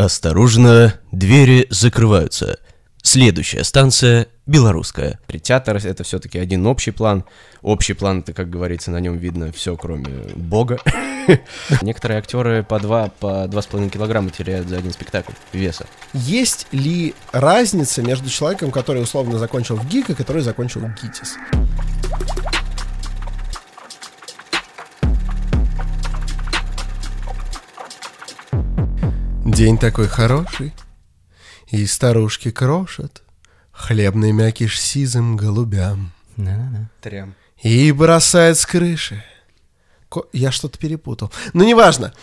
Осторожно, двери закрываются. Следующая станция — Белорусская. Театр — это все-таки один общий план. Общий план — это, как говорится, на нем видно все, кроме Бога. Некоторые актеры по 2,5 килограмма теряют за один спектакль веса. Есть ли разница между человеком, который условно закончил в ГИК, и который закончил в ГИТИС? День такой хороший, и старушки крошат хлебный мякиш сизым голубям. Трям. И бросает с крыши. Я что-то перепутал. Ну, неважно.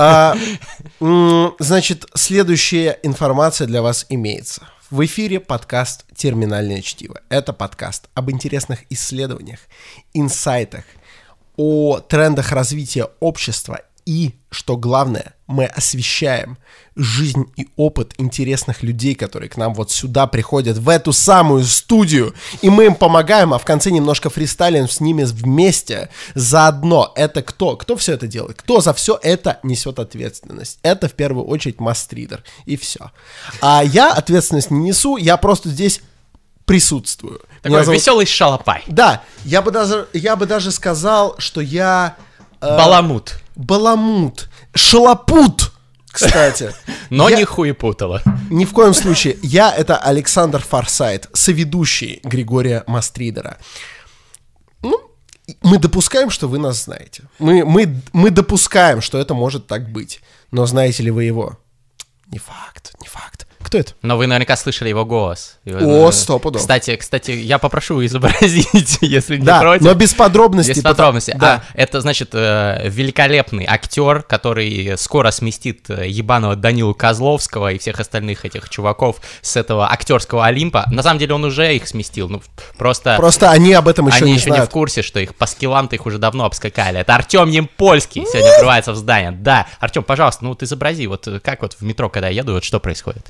Значит, следующая информация для вас имеется. В эфире подкаст «Терминальное чтиво». Это подкаст об интересных исследованиях, инсайтах, о трендах развития общества и, что главное, мы освещаем жизнь и опыт интересных людей, которые к нам вот сюда приходят, в эту самую студию, и мы им помогаем, а в конце немножко фристайлим с ними вместе заодно. Это кто? Кто все это делает? Кто за все это несет ответственность? Это в первую очередь мастридер, и все. А я ответственность не несу, я просто здесь присутствую. Такой веселый шалопай. Да, я бы даже сказал, что я... Баламут. Шалопут, кстати. Но не хуепутало. Ни в коем случае. Я — это Александр Форсайт, соведущий Григория Мастридера. Ну, мы допускаем, что вы нас знаете. Мы допускаем, что это может так быть. Но знаете ли вы его? Не факт. Кто это? Но вы наверняка слышали его голос. Стопудово. Кстати, я попрошу изобразить, если не да, против. но без подробностей. Без подробностей. Да. Это, значит, великолепный актер, который скоро сместит ебаного Данилу Козловского и всех остальных этих чуваков с этого актерского Олимпа. На самом деле он уже их сместил. Ну, просто они об этом еще не знают. Они еще не в курсе, что их по скиллам-то их уже давно обскакали. Это Артем Емпольский сегодня врывается в здание. Да, Артем, пожалуйста, ну вот изобрази, вот как вот в метро, когда я еду, вот что происходит?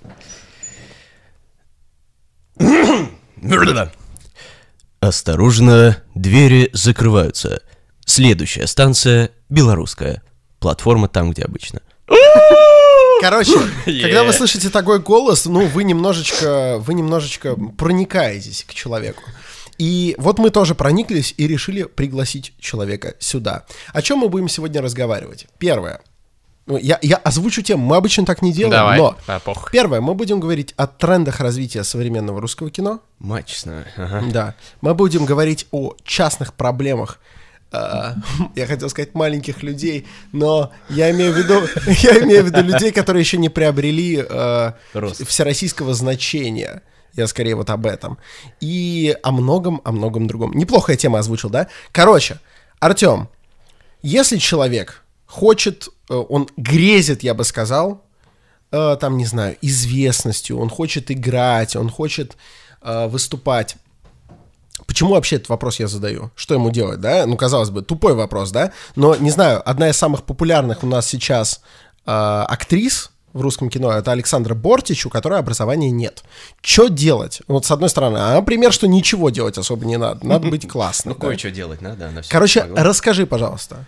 Осторожно, двери закрываются. Следующая станция — Белорусская. Платформа там, где обычно. Короче, когда вы слышите такой голос, ну, вы немножечко проникаетесь к человеку. И вот мы тоже прониклись и решили пригласить человека сюда. О чем мы будем сегодня разговаривать? Первое. Я озвучу тему, мы обычно так не делаем, давай, но похуй. Первое, мы будем говорить о трендах развития современного русского кино. Мачесно. Да. Мы будем говорить о частных проблемах, я хотел сказать маленьких людей, но я имею в виду людей, которые еще не приобрели всероссийского значения. Я скорее вот об этом. И о многом другом. Неплохая тема озвучил, да? Короче, Артем, если человек хочет, он грезит, я бы сказал, там, не знаю, известностью, он хочет играть, он хочет выступать. Почему вообще этот вопрос я задаю? Что ему делать, да? Ну, казалось бы, тупой вопрос, да? Но, не знаю, одна из самых популярных у нас сейчас актрис в русском кино — это Александра Бортич, у которой образования нет. Что делать? Вот с одной стороны, например, что ничего делать особо не надо. Надо быть классным. Ну, кое-что делать надо. Короче, расскажи, пожалуйста.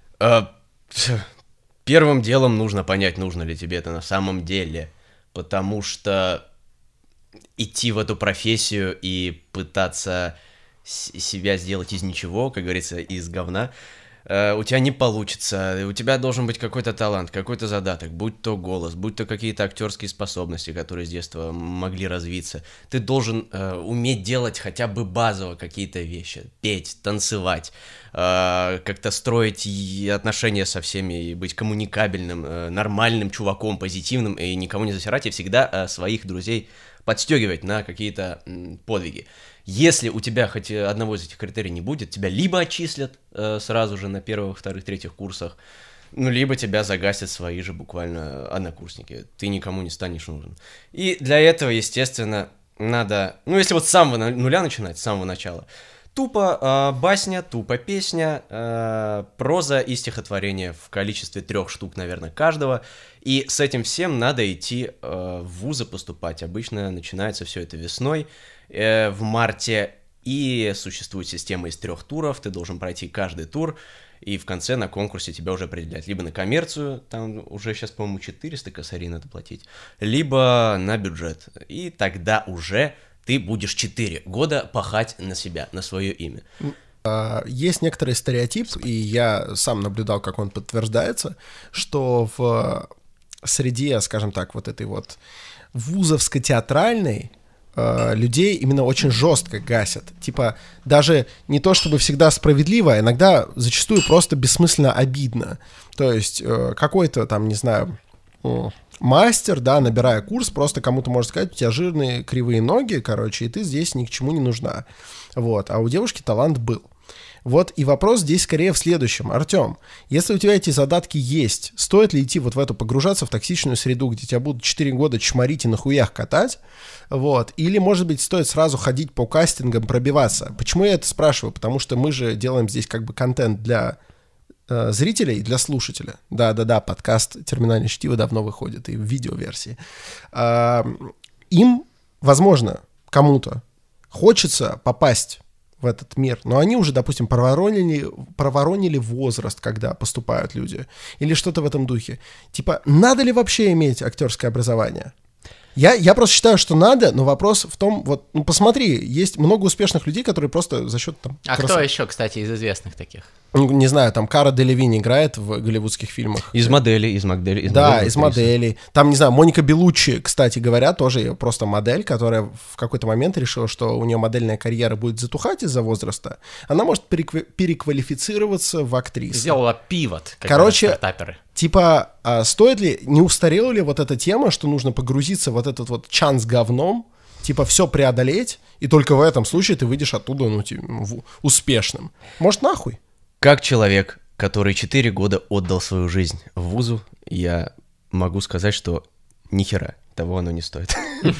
Первым делом нужно понять, нужно ли тебе это на самом деле, потому что идти в эту профессию и пытаться себя сделать из ничего, как говорится, из говна, у тебя не получится. У тебя должен быть какой-то талант, какой-то задаток, будь то голос, будь то какие-то актерские способности, которые с детства могли развиться. Ты должен уметь делать хотя бы базово какие-то вещи, петь, танцевать, как-то строить отношения со всеми, и быть коммуникабельным, нормальным чуваком, позитивным, и никому не засирать, и всегда своих друзей подстегивать на какие-то подвиги. Если у тебя хоть одного из этих критерий не будет, тебя либо отчислят сразу же на первых, вторых, третьих курсах, ну, либо тебя загасят свои же буквально однокурсники. Ты никому не станешь нужен. И для этого, естественно, надо, ну, если вот с самого нуля начинать, с самого начала, тупо басня, тупо песня, проза и стихотворение в количестве 3 штук, наверное, каждого. И с этим всем надо идти в вузы поступать. Обычно начинается все это весной, в марте, и существует система из 3 туров, ты должен пройти каждый тур, и в конце на конкурсе тебя уже определяют. Либо на коммерцию, там уже сейчас, по-моему, 400 косарей надо платить, либо на бюджет. И тогда уже ты будешь 4 года пахать на себя, на свое имя. Есть некоторый стереотип, и я сам наблюдал, как он подтверждается, что в среде, скажем так, вот этой вот вузовско-театральной людей именно очень жестко гасят. Типа, даже не то чтобы всегда справедливо, а иногда зачастую просто бессмысленно обидно. То есть какой-то там, не знаю, мастер, да, набирая курс, просто кому-то может сказать: у тебя жирные кривые ноги, короче, и ты здесь ни к чему не нужна. Вот. А у девушки талант был. Вот и вопрос здесь скорее в следующем. Артем, если у тебя эти задатки есть, стоит ли идти вот в эту, погружаться в токсичную среду, где тебя будут 4 года чморить и на хуях катать, вот, или, может быть, стоит сразу ходить по кастингам, пробиваться? Почему я это спрашиваю? Потому что мы же делаем здесь как бы контент для зрителей, для слушателя. Да-да-да, подкаст «Терминальное чтиво» давно выходит и в видеоверсии. Им, возможно, кому-то хочется попасть в этот мир, но они уже, допустим, проворонили возраст, когда поступают люди, или что-то в этом духе. Типа, надо ли вообще иметь актерское образование? Я просто считаю, что надо, но вопрос в том, вот, ну посмотри, есть много успешных людей, которые просто за счет там... Кто еще, кстати, из известных таких? Не знаю, там Кара Делевинь играет в голливудских фильмах. Из моделей. Да, из моделей. Там, не знаю, Моника Белуччи, кстати говоря, тоже просто модель, которая в какой-то момент решила, что у нее модельная карьера будет затухать из-за возраста. Она может переквалифицироваться в актрису. Сделала пивот, как стартаперы. Типа, стоит ли, не устарела ли вот эта тема, что нужно погрузиться в вот этот вот чан с говном, типа все преодолеть, и только в этом случае ты выйдешь оттуда, ну, типа, успешным. Может, нахуй? Как человек, который 4 года отдал свою жизнь в вузу, я могу сказать, что нихера, того оно не стоит.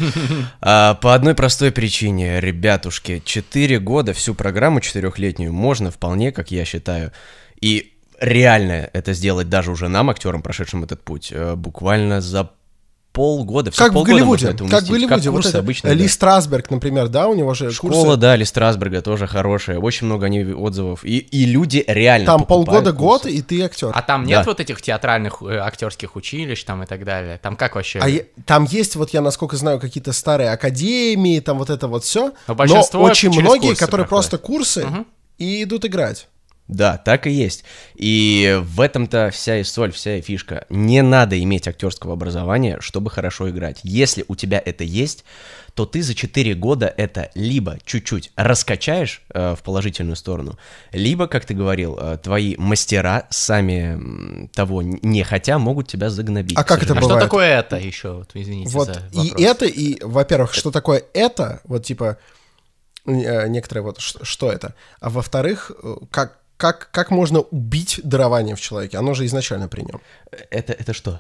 По одной простой причине, ребятушки, 4 года, всю программу 4-летнюю можно вполне, как я считаю, и реально это сделать даже уже нам, актерам, прошедшим этот путь, буквально за полгода. Как в Голливуде, как в Голливуде. Вот это, обычно, Ли Страсберг, например, да, у него же школа, курсы... да, Ли Страсберга тоже хорошая, очень много отзывов, и люди реально там полгода-год, и ты актер. А там нет вот этих театральных актерских училищ там и так далее? Там как вообще? Там есть, вот я насколько знаю, какие-то старые академии, там вот это вот все, но очень многие, которые просто курсы и идут играть. Да, так и есть. И в этом-то вся и соль, вся и фишка. Не надо иметь актерского образования, чтобы хорошо играть. Если у тебя это есть, то ты за 4 года это либо чуть-чуть раскачаешь в положительную сторону, либо, как ты говорил, твои мастера сами того не хотя могут тебя загнобить. А как это бывает? Что такое это еще? Вот, извините вот за вопрос. И это, и, во-первых, что такое это, вот типа, некоторые вот, что это, а во-вторых, как можно убить дарование в человеке? Оно же изначально при нем. Это что?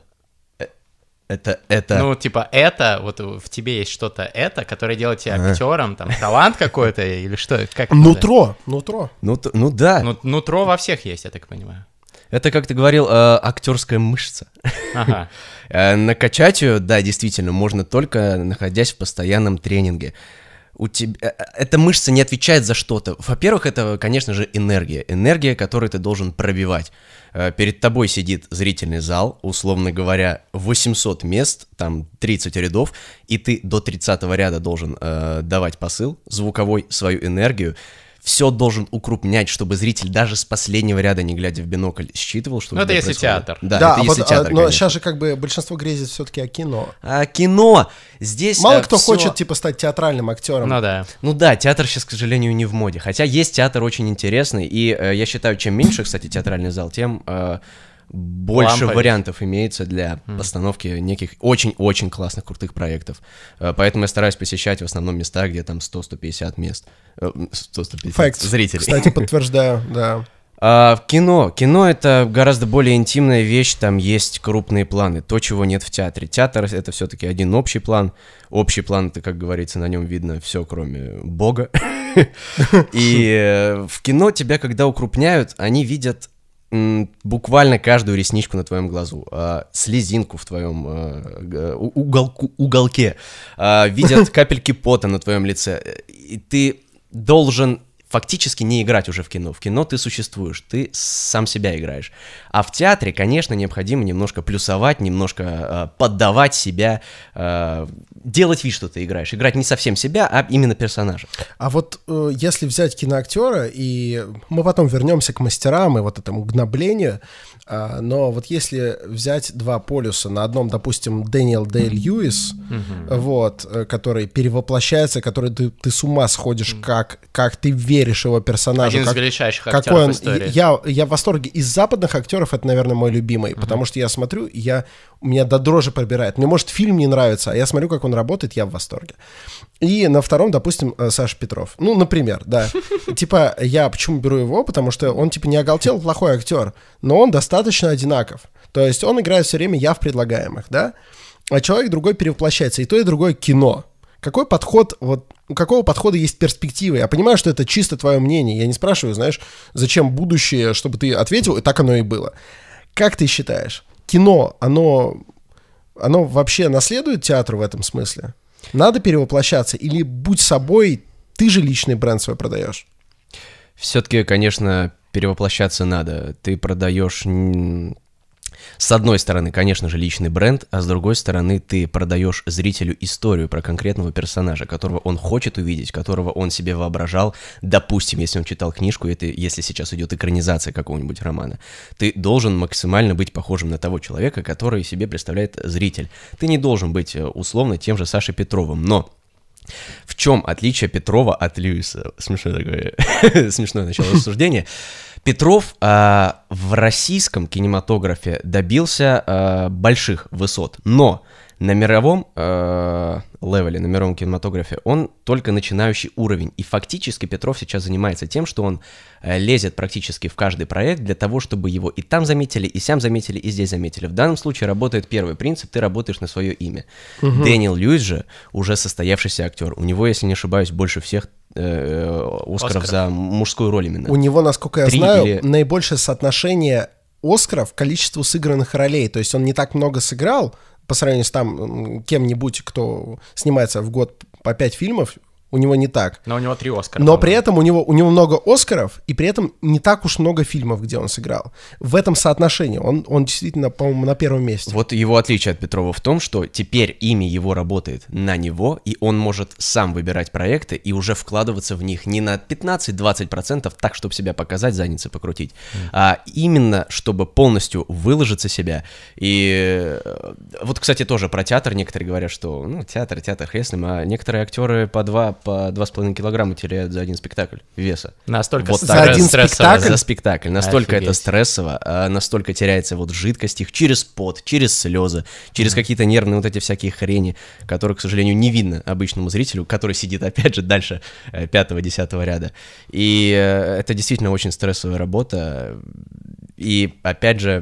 Это... Ну, типа, это, вот в тебе есть что-то это, которое делает тебя актером, там, талант какой-то, или что? Как нутро. Ну, да. Нутро во всех есть, я так понимаю. Это, как ты говорил, актерская мышца. Ага. Накачать ее, да, действительно, можно только находясь в постоянном тренинге. У тебя эта мышца не отвечает за что-то. Во-первых, это, конечно же, энергия, которую ты должен пробивать. Перед тобой сидит зрительный зал, условно говоря, 800 мест, там 30 рядов, и ты до 30-го ряда должен давать посыл звуковой, свою энергию. Все должен укрупнять, чтобы зритель даже с последнего ряда, не глядя в бинокль, считывал, что... Ну, это если происходит. театр. Да, это если театр, но конечно. сейчас же как бы большинство грезит все-таки о кино. А кино! Здесь мало кто хочет, типа, стать театральным актером. Ну да. Ну да, театр сейчас, к сожалению, не в моде. Хотя есть театр очень интересный, и я считаю, чем меньше, кстати, театральный зал, тем... больше вариантов имеется для постановки неких очень-очень классных, крутых проектов. Поэтому я стараюсь посещать в основном места, где там 100-150 мест. 100-150 зрителей. Кстати, подтверждаю, да. Кино это гораздо более интимная вещь, там есть крупные планы, то, чего нет в театре. Театр — это все-таки один общий план. Общий план — это, как говорится, на нем видно все, кроме Бога. И в кино тебя, когда укрупняют, они видят буквально каждую ресничку на твоем глазу, слезинку в твоем уголке, видят капельки пота на твоем лице, и ты должен фактически не играть уже в кино. В кино ты существуешь, ты сам себя играешь. А в театре, конечно, необходимо немножко плюсовать, немножко поддавать себя, делать вид, что ты играешь. Играть не совсем себя, а именно персонажа. А вот если взять киноактера, и мы потом вернемся к мастерам и вот этому гноблению, но вот если взять два полюса, на одном, допустим, Дэниел Дэй-Льюис, вот, который перевоплощается, который ты с ума сходишь, как ты веришь его персонажу. Один из величайших актеров истории. Я в восторге. Из западных актеров это, наверное, мой любимый, потому что я смотрю, меня до дрожи пробирает. Мне, может, фильм не нравится, а я смотрю, как он работает, я в восторге. И на втором, допустим, Саша Петров. Ну, например, да. Типа, я почему беру его? Потому что он, типа, не оголтел плохой актер, но он достаточно одинаков. То есть он играет все время я в предлагаемых, да? А человек другой перевоплощается. И то, и другое кино. Какой подход, вот у какого подхода есть перспективы? Я понимаю, что это чисто твое мнение. Я не спрашиваю, знаешь, зачем будущее, чтобы ты ответил, и так оно и было. Как ты считаешь, кино, оно вообще наследует театру в этом смысле? Надо перевоплощаться или будь собой, ты же личный бренд свой продаешь? Все-таки, конечно, перевоплощаться надо. Ты продаешь, с одной стороны, конечно же, личный бренд, а с другой стороны, ты продаешь зрителю историю про конкретного персонажа, которого он хочет увидеть, которого он себе воображал. Допустим, если он читал книжку, если сейчас идет экранизация какого-нибудь романа, ты должен максимально быть похожим на того человека, который себе представляет зритель. Ты не должен быть условно тем же Сашей Петровым, но в чем отличие Петрова от Льюиса? Смешное такое, смешное начало рассуждения. Петров в российском кинематографе добился больших высот, но на мировом левеле, на мировом кинематографе он только начинающий уровень. И фактически Петров сейчас занимается тем, что он лезет практически в каждый проект для того, чтобы его и там заметили, и сям заметили, и здесь заметили. В данном случае работает первый принцип: ты работаешь на свое имя. Дэниел Льюис же уже состоявшийся актер. У него, если не ошибаюсь, больше всех Оскаров за мужскую роль именно. У него, насколько я знаю, или... наибольшее соотношение Оскаров к количеству сыгранных ролей. То есть он не так много сыграл по сравнению с там кем-нибудь, кто снимается в год по 5 фильмов. У него не так. Но у него 3 Оскара. Но при этом у него много Оскаров, и при этом не так уж много фильмов, где он сыграл. В этом соотношении он действительно, по-моему, на первом месте. Вот его отличие от Петрова в том, что теперь имя его работает на него, и он может сам выбирать проекты и уже вкладываться в них не на 15-20% так, чтобы себя показать, задницы покрутить, а именно, чтобы полностью выложиться себя. И вот, кстати, тоже про театр некоторые говорят, что театр хрен с ним, а некоторые актеры по 2,5 килограмма теряют за один спектакль веса. Настолько вот за один спектакль? За спектакль. Настолько Офигеть. это стрессово, настолько теряется вот жидкость их через пот, через слезы, через какие-то нервные вот эти всякие хрени, которые, к сожалению, не видно обычному зрителю, который сидит, опять же, дальше 5-10 ряда. И это действительно очень стрессовая работа. И, опять же,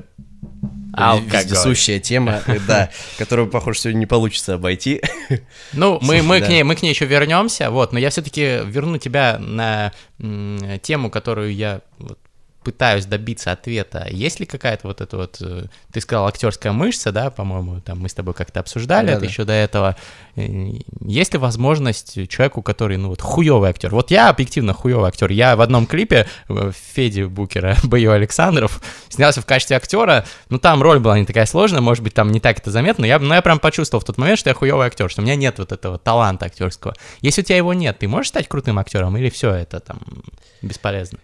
вездесущая тема, да, которую, похоже, сегодня не получится обойти. Ну, мы к ней еще вернемся, вот, но я все-таки верну тебя на тему, которую я пытаюсь добиться ответа. Есть ли какая-то вот эта вот, ты сказал, актерская мышца, да, по-моему, там мы с тобой как-то обсуждали это еще до этого. Есть ли возможность человеку, который, хуёвый актер? Вот я объективно хуёвый актер. Я в одном клипе Феди Букера, Бою Александров, снялся в качестве актера. Там роль была не такая сложная, может быть, там не так это заметно, но я прям почувствовал в тот момент, что я хуёвый актер, что у меня нет вот этого таланта актерского. Если у тебя его нет, ты можешь стать крутым актером или все это там бесполезно?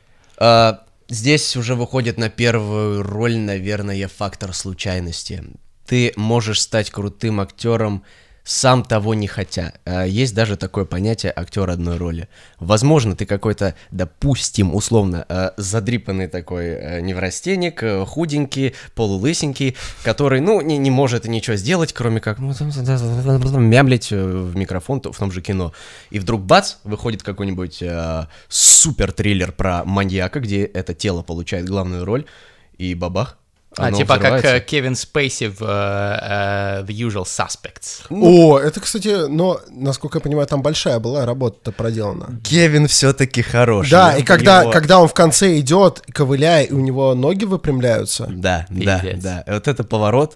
Здесь уже выходит на первую роль, наверное, фактор случайности. Ты можешь стать крутым актером, сам того не хотя. Есть даже такое понятие актер одной роли. Возможно, ты какой-то, допустим, условно, задрипанный такой неврастенник, худенький, полулысенький, который, не может ничего сделать, кроме как мямлить в микрофон в том же кино. И вдруг, бац, выходит какой-нибудь супер-триллер про маньяка, где это тело получает главную роль, и бабах. Типа как Кевин Спейси в The Usual Suspects. Это, кстати, насколько я понимаю, там большая была работа проделана. Кевин все-таки хороший. Да, и когда он в конце идет, ковыляя, и у него ноги выпрямляются. Да. Вот это поворот.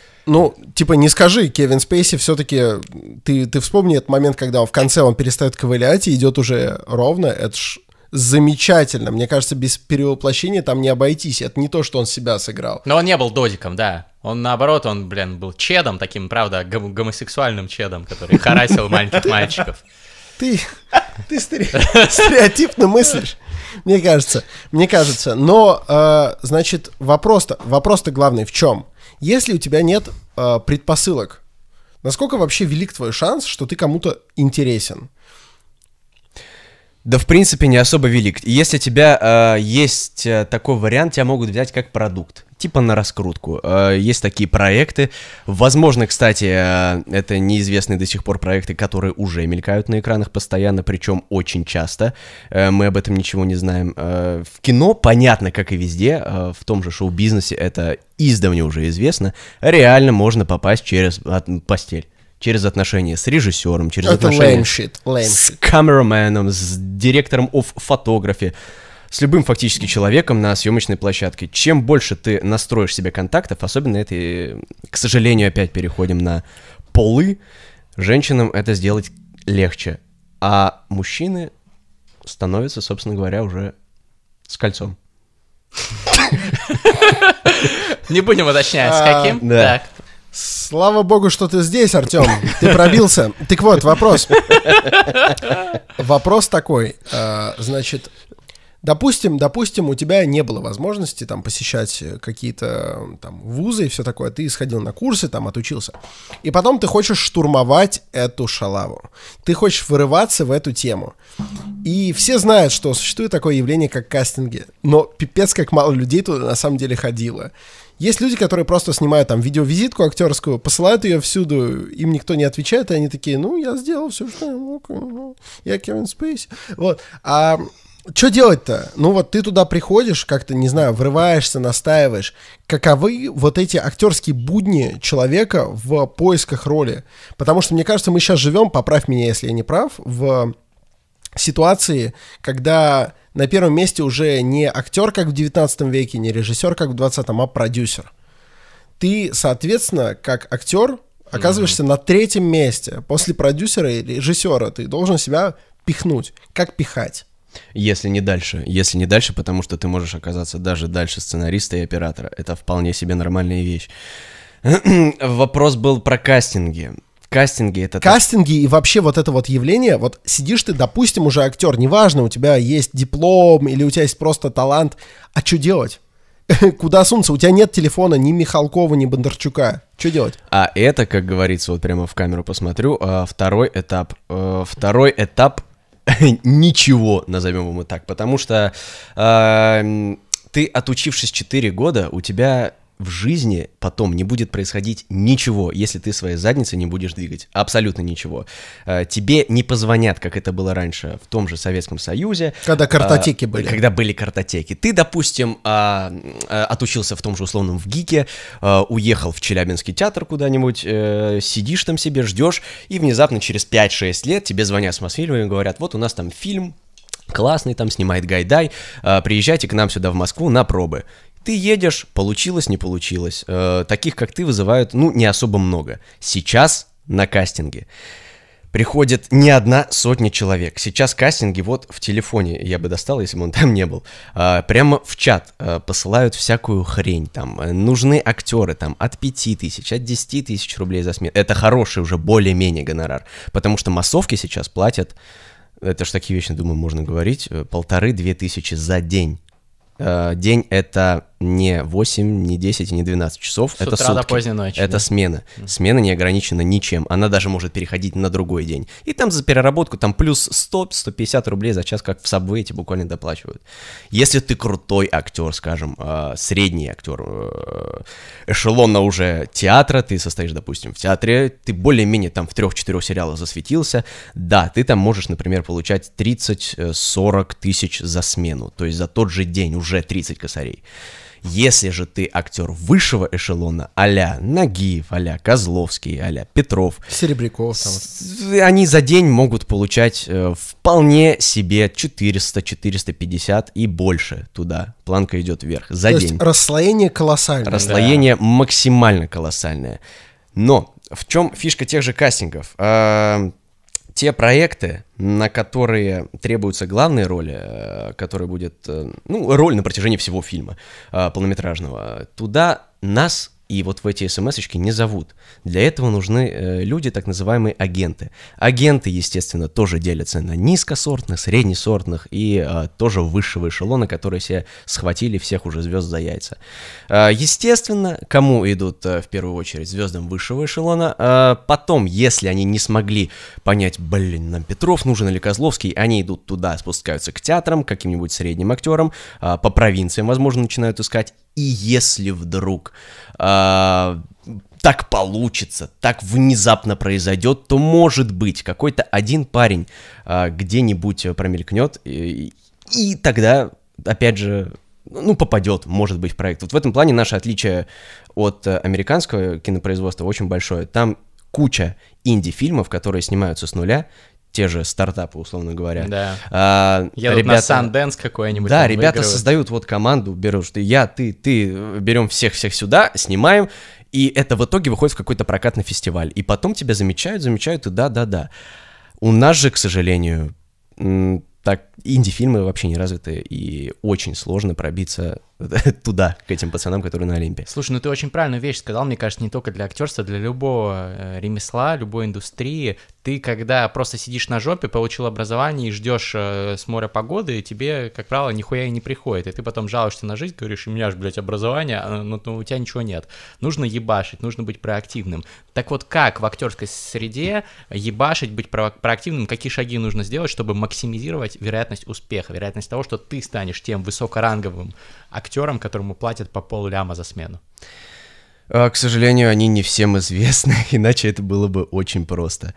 Не скажи, Кевин Спейси все-таки... Ты вспомни этот момент, когда в конце он перестает ковылять и идет уже ровно. Это ж замечательно. Мне кажется, без перевоплощения там не обойтись. Это не то, что он себя сыграл. Но он не был додиком, да. Он, наоборот, он, был чедом таким, правда, гомосексуальным чедом, который харасил маленьких мальчиков. Ты стереотипно мыслишь, мне кажется. Но, значит, вопрос-то главный в чем? Если у тебя нет предпосылок, насколько вообще велик твой шанс, что ты кому-то интересен? Да, в принципе, не особо велик. Если у тебя есть такой вариант, тебя могут взять как продукт, типа на раскрутку. Есть такие проекты. Возможно, кстати, это неизвестные до сих пор проекты, которые уже мелькают на экранах постоянно, причем очень часто. Мы об этом ничего не знаем. В кино, понятно, как и везде, в том же шоу-бизнесе это издавна уже известно, реально можно попасть через постель. Через отношения с режиссером, через отношения с камераменом, с директором of photography, с любым фактически человеком на съемочной площадке. Чем больше ты настроишь себе контактов, особенно это, к сожалению, опять переходим на полы, женщинам это сделать легче, а мужчины становятся, собственно говоря, уже с кольцом. Не будем уточнять, с каким. Так. Слава богу, что ты здесь, Артём. Ты пробился. Так вот, вопрос. Вопрос такой. Значит, допустим, у тебя не было возможности там посещать какие-то там вузы и все такое. Ты сходил на курсы, там отучился. И потом ты хочешь штурмовать эту шалаву. Ты хочешь вырываться в эту тему. И все знают, что существует такое явление, как кастинги. Но пипец, как мало людей туда на самом деле ходило. Есть люди, которые просто снимают там видеовизитку актерскую, посылают ее всюду, им никто не отвечает, и они такие, ну, я сделал все, что я мог, я Кевин Спейси. Вот. А что делать-то? Ну, вот ты туда приходишь, как-то, не знаю, врываешься, настаиваешь. Каковы вот эти актерские будни человека в поисках роли? Потому что, мне кажется, мы сейчас живем, поправь меня, если я не прав, в ситуации, когда на первом месте уже не актер, как в 19 веке, не режиссер, как в 20-м, а продюсер. Ты, соответственно, как актер оказываешься на третьем месте. После продюсера и режиссера ты должен себя пихнуть. Как пихать? Если не дальше, потому что ты можешь оказаться даже дальше сценариста и оператора. Это вполне себе нормальная вещь. Вопрос был про кастинги. Кастинги и вообще вот это вот явление, вот сидишь ты, допустим, уже актер, неважно, у тебя есть диплом или у тебя есть просто талант, а что делать? Куда сунуться? У тебя нет телефона ни Михалкова, ни Бондарчука. Что делать? А это, как говорится, вот прямо в камеру посмотрю, второй этап. Ничего, назовем его так, потому что ты, отучившись 4 года, у тебя в жизни потом не будет происходить ничего, если ты своей задницей не будешь двигать. Абсолютно ничего. Тебе не позвонят, как это было раньше в том же Советском Союзе. Когда картотеки были. Когда были картотеки. Ты, допустим, отучился в том же условном в ГИКе, уехал в Челябинский театр куда-нибудь, сидишь там себе, ждешь, и внезапно через 5-6 лет тебе звонят с Мосфильма и говорят, вот у нас там фильм классный, там снимает Гайдай, приезжайте к нам сюда в Москву на пробы. Ты едешь, получилось, не получилось. Таких, как ты, вызывают, не особо много. Сейчас на кастинге приходит не 100 человек. Сейчас кастинги вот в телефоне, я бы достал, если бы он там не был, прямо в чат посылают всякую хрень. Там нужны актеры там от 5000, от 10 тысяч рублей за смену. Это хороший уже более-менее гонорар. Потому что массовки сейчас платят, это ж такие вещи, думаю, можно говорить, 1500-2000 за день. День — это не 8, не 10 и не 12 часов, с это утра сутки. До поздней ночи, это смена. Смена не ограничена ничем, она даже может переходить на другой день. И там за переработку там плюс 100-150 рублей за час, как в Subway, тебе буквально доплачивают. Если ты крутой актер, скажем, средний актер, эшелона уже театра, ты состоишь, допустим, в театре, ты более-менее там в 3-4 сериалах засветился, да, ты там можешь, например, получать 30-40 тысяч за смену, то есть за тот же день уже 30 косарей. Если же ты актер высшего эшелона, а-ля Нагиев, а-ля Козловский, а-ля Петров, Серебряков, там. Они за день могут получать вполне себе 400-450 и больше туда. Планка идет вверх за То день. есть расслоение колоссальное. Расслоение максимально колоссальное. Но в чем фишка тех же кастингов? те проекты, на которые требуются главные роли, которые будет, роль на протяжении всего фильма полнометражного, туда нас и вот в эти смс-очки не зовут. Для этого нужны люди, так называемые агенты. Агенты, естественно, тоже делятся на низкосортных, среднесортных и тоже высшего эшелона, которые себе схватили всех уже звезд за яйца. Естественно, кому идут в первую очередь? Звездам высшего эшелона. Потом, если они не смогли понять, нам Петров нужен или Козловский, они идут туда, спускаются к театрам, к каким-нибудь средним актерам, по провинциям, возможно, начинают искать. И если вдруг так получится, так внезапно произойдет, то, может быть, какой-то один парень где-нибудь промелькнет, и тогда, опять же, попадет, может быть, в проект. Вот в этом плане наше отличие от американского кинопроизводства очень большое. Там куча инди-фильмов, которые снимаются с нуля, те же стартапы, условно говоря. Да. Едут на Sundance какой-нибудь. Да, ребята создают вот команду, берут, что ты, берем всех сюда, снимаем, и это в итоге выходит в какой-то прокатный фестиваль. И потом тебя замечают, и да. У нас же, к сожалению, так инди-фильмы вообще не развиты, и очень сложно пробиться туда, к этим пацанам, которые на Олимпе. Слушай, ты очень правильную вещь сказал, мне кажется, не только для актерства, для любого ремесла, любой индустрии. Ты, когда просто сидишь на жопе, получил образование и ждешь с моря погоды, тебе, как правило, нихуя и не приходит. И ты потом жалуешься на жизнь, говоришь, у меня же, блядь, образование, но у тебя ничего нет. Нужно ебашить, нужно быть проактивным. Так вот, как в актерской среде ебашить, быть проактивным, какие шаги нужно сделать, чтобы максимизировать вероятность успеха, вероятность того, что ты станешь тем высокоранговым актером, которому платят по $500,000 за смену? К сожалению, они не всем известны, иначе это было бы очень просто.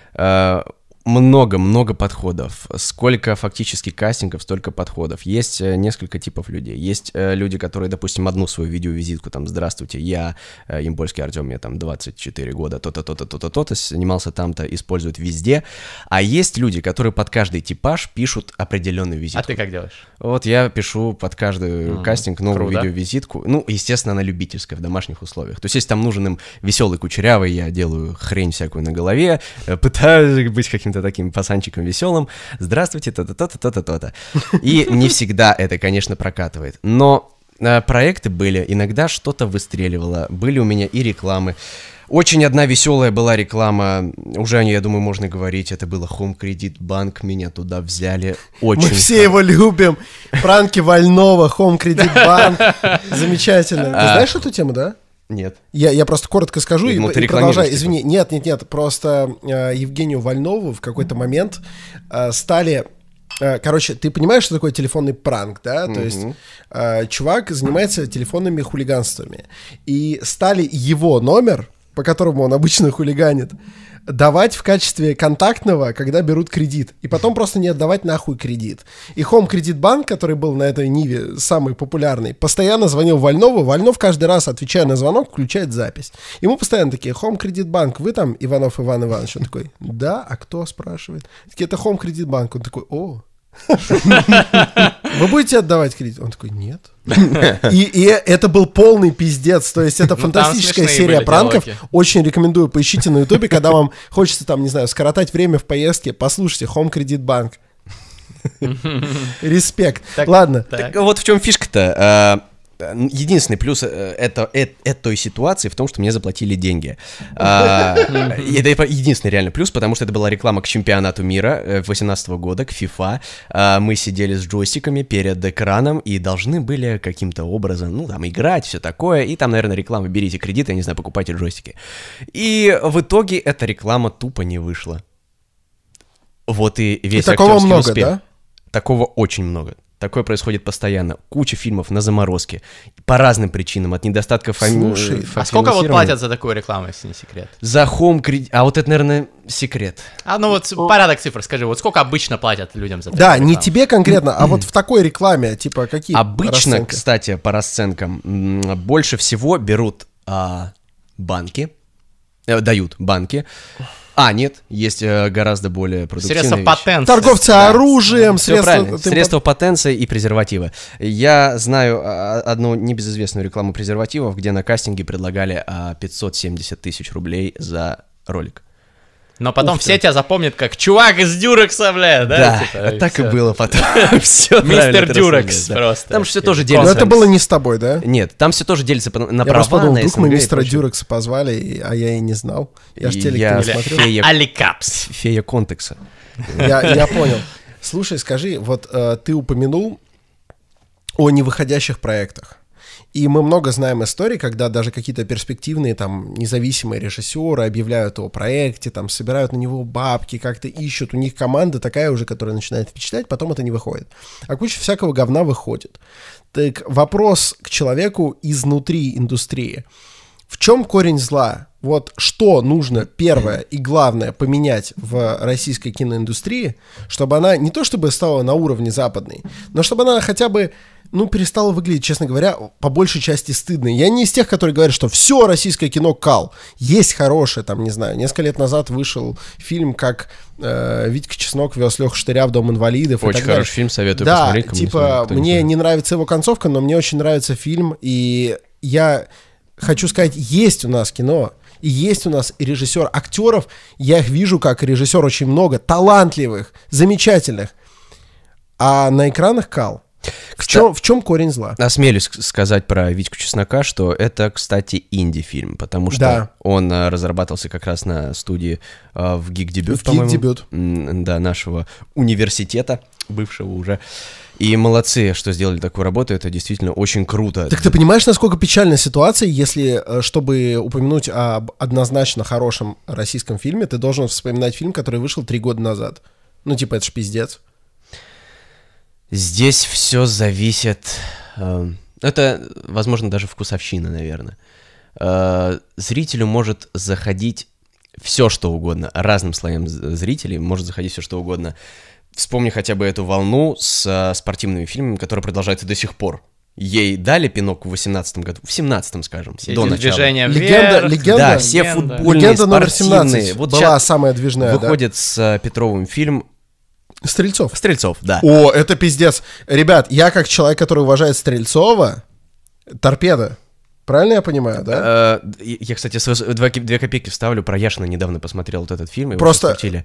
Много подходов. Сколько фактически кастингов, столько подходов. Есть несколько типов людей. Есть люди, которые, допустим, одну свою видеовизитку, там, здравствуйте, я Ямпольский Артем, мне там 24 года, то-то, снимался там-то, используют везде. А есть люди, которые под каждый типаж пишут определенную визитку. А ты как делаешь? Вот я пишу под каждый кастинг новую круто. Видеовизитку. Естественно, она любительская, в домашних условиях. То есть, если там нужен им веселый кучерявый, я делаю хрень всякую на голове, пытаюсь быть каким-то таким пацанчиком веселым. Здравствуйте, то-то. И не всегда это, конечно, прокатывает. Но проекты были, иногда что-то выстреливало. Были у меня и рекламы. Очень одна веселая была реклама, уже о ней, я думаю, можно говорить, это было Home Credit Bank, меня туда взяли очень... Мы все его любим, пранки Вольного, Home Credit Bank, замечательно. Ты знаешь эту тему, да? Нет. Я просто коротко скажу и продолжаю. Извини, типа. Нет, просто Евгению Вольнову в какой-то момент стали... Короче, ты понимаешь, что такое телефонный пранк, да? То есть чувак занимается телефонными хулиганствами. И стали его номер, по которому он обычно хулиганит, давать в качестве контактного, когда берут кредит. И потом просто не отдавать нахуй кредит. И Home Credit Bank, который был на этой ниве самый популярный, постоянно звонил Вольнову. Вольнов каждый раз, отвечая на звонок, включает запись. Ему постоянно такие: Home Credit Bank, вы там Иванов Иван Иванович? Он такой: да, а кто спрашивает? Такие: это Home Credit Bank. Он такой: о, вы будете отдавать кредит? Он такой: нет. И это был полный пиздец. То есть это фантастическая серия пранков. Очень рекомендую, поищите на ютубе, когда вам хочется там, не знаю, скоротать время в поездке, послушайте Home Credit Bank. Респект. Ладно. Так вот в чем фишка-то. Единственный плюс этой ситуации в том, что мне заплатили деньги. Это единственный реально плюс, потому что это была реклама к чемпионату мира 2018 года, к FIFA. Мы сидели с джойстиками перед экраном и должны были каким-то образом, играть, все такое. И там, наверное, реклама: берите кредит, я не знаю, покупайте джойстики. И в итоге эта реклама тупо не вышла. Вот и весь актерский успех. Такого много, да? Такого очень много. Такое происходит постоянно. Куча фильмов на заморозке. По разным причинам. От недостатка Слушай, а сколько вот платят за такую рекламу, если не секрет? За Home Credit... А вот это, наверное, секрет. Порядок цифр скажи. Вот сколько обычно платят людям за такую Да, рекламу? Не тебе конкретно, а вот в такой рекламе, типа, какие обычно, расценки? Кстати, по расценкам, больше всего берут банки. Дают банки. Нет, есть гораздо более продуктивные средства вещи. потенции. Торговцы оружием, средства потенции и презервативы. Я знаю одну небезызвестную рекламу презервативов, где на кастинге предлагали 570 тысяч рублей за ролик. Но потом Ух все ты. тебя запомнят как чувак из Дюрекса, бля, да? Да, Типа, так и всё. было потом. Всё правильно Мистер ты Дюрекс рассказал, да. просто. Там все тоже Но делится. это было не с тобой, да? Нет, там все тоже делится на Я просто права, подумал, на вдруг мы СНГ и мистера прочее. Дюрекса позвали, а я и не знал. Я же телек Я не Или смотрел. фея, Аликапс. фея контекса. Я понял. Слушай, скажи, вот ты упомянул о невыходящих проектах. И мы много знаем историй, когда даже какие-то перспективные там независимые режиссеры объявляют о проекте, там собирают на него бабки, как-то ищут. У них команда такая уже, которая начинает впечатлять, потом это не выходит. А куча всякого говна выходит. Так вопрос к человеку изнутри индустрии. В чем корень зла? Вот что нужно первое и главное поменять в российской киноиндустрии, чтобы она не то чтобы стала на уровне западной, но чтобы она хотя бы, перестала выглядеть, честно говоря, по большей части стыдной. Я не из тех, которые говорят, что все российское кино кал. Есть хорошее, там, не знаю, несколько лет назад вышел фильм, как Витька Чеснок вез Леху Штыря в Дом инвалидов. Очень и так далее. хороший фильм, советую Да, посмотреть. кому не типа, смотрел, кто не мне смотрел. не нравится его концовка, но мне очень нравится фильм, и я хочу сказать, есть у нас кино, и есть у нас режиссер, актеров, я их вижу как режиссер очень много, талантливых, замечательных, а на экранах кал. В чем корень зла? Осмелюсь сказать про Витьку Чеснока, что это, кстати, инди-фильм, потому что Да. он разрабатывался как раз на студии в «Гик-дебют», В по-моему. «Гик-дебют». Да, нашего университета, бывшего уже. И молодцы, что сделали такую работу, это действительно очень круто. Так ты понимаешь, насколько печальная ситуация, если, чтобы упомянуть об однозначно хорошем российском фильме, ты должен вспоминать фильм, который вышел 3 года назад. Это ж пиздец. Здесь все зависит... Это, возможно, даже вкусовщина, наверное. Зрителю может заходить все, что угодно. Разным слоям зрителей может заходить все, что угодно. Вспомни хотя бы эту волну с спортивными фильмами, которая продолжается до сих пор. Ей дали пинок в 18-м году, в 17-м, скажем, Все до эти начала. движения Легенда- вверх. легенда- Да, все легенда. футбольные, Легенда номер спортивные. 17 Вот была сейчас самая движная, выходит с Петровым фильм Стрельцов. «Стрельцов», да. О, это пиздец. Ребят, я как человек, который уважает Стрельцова, торпеда. Правильно я понимаю, да? Я, кстати, 2 копейки вставлю. Про Яшина недавно посмотрел вот этот фильм. Его Просто, раскрутили.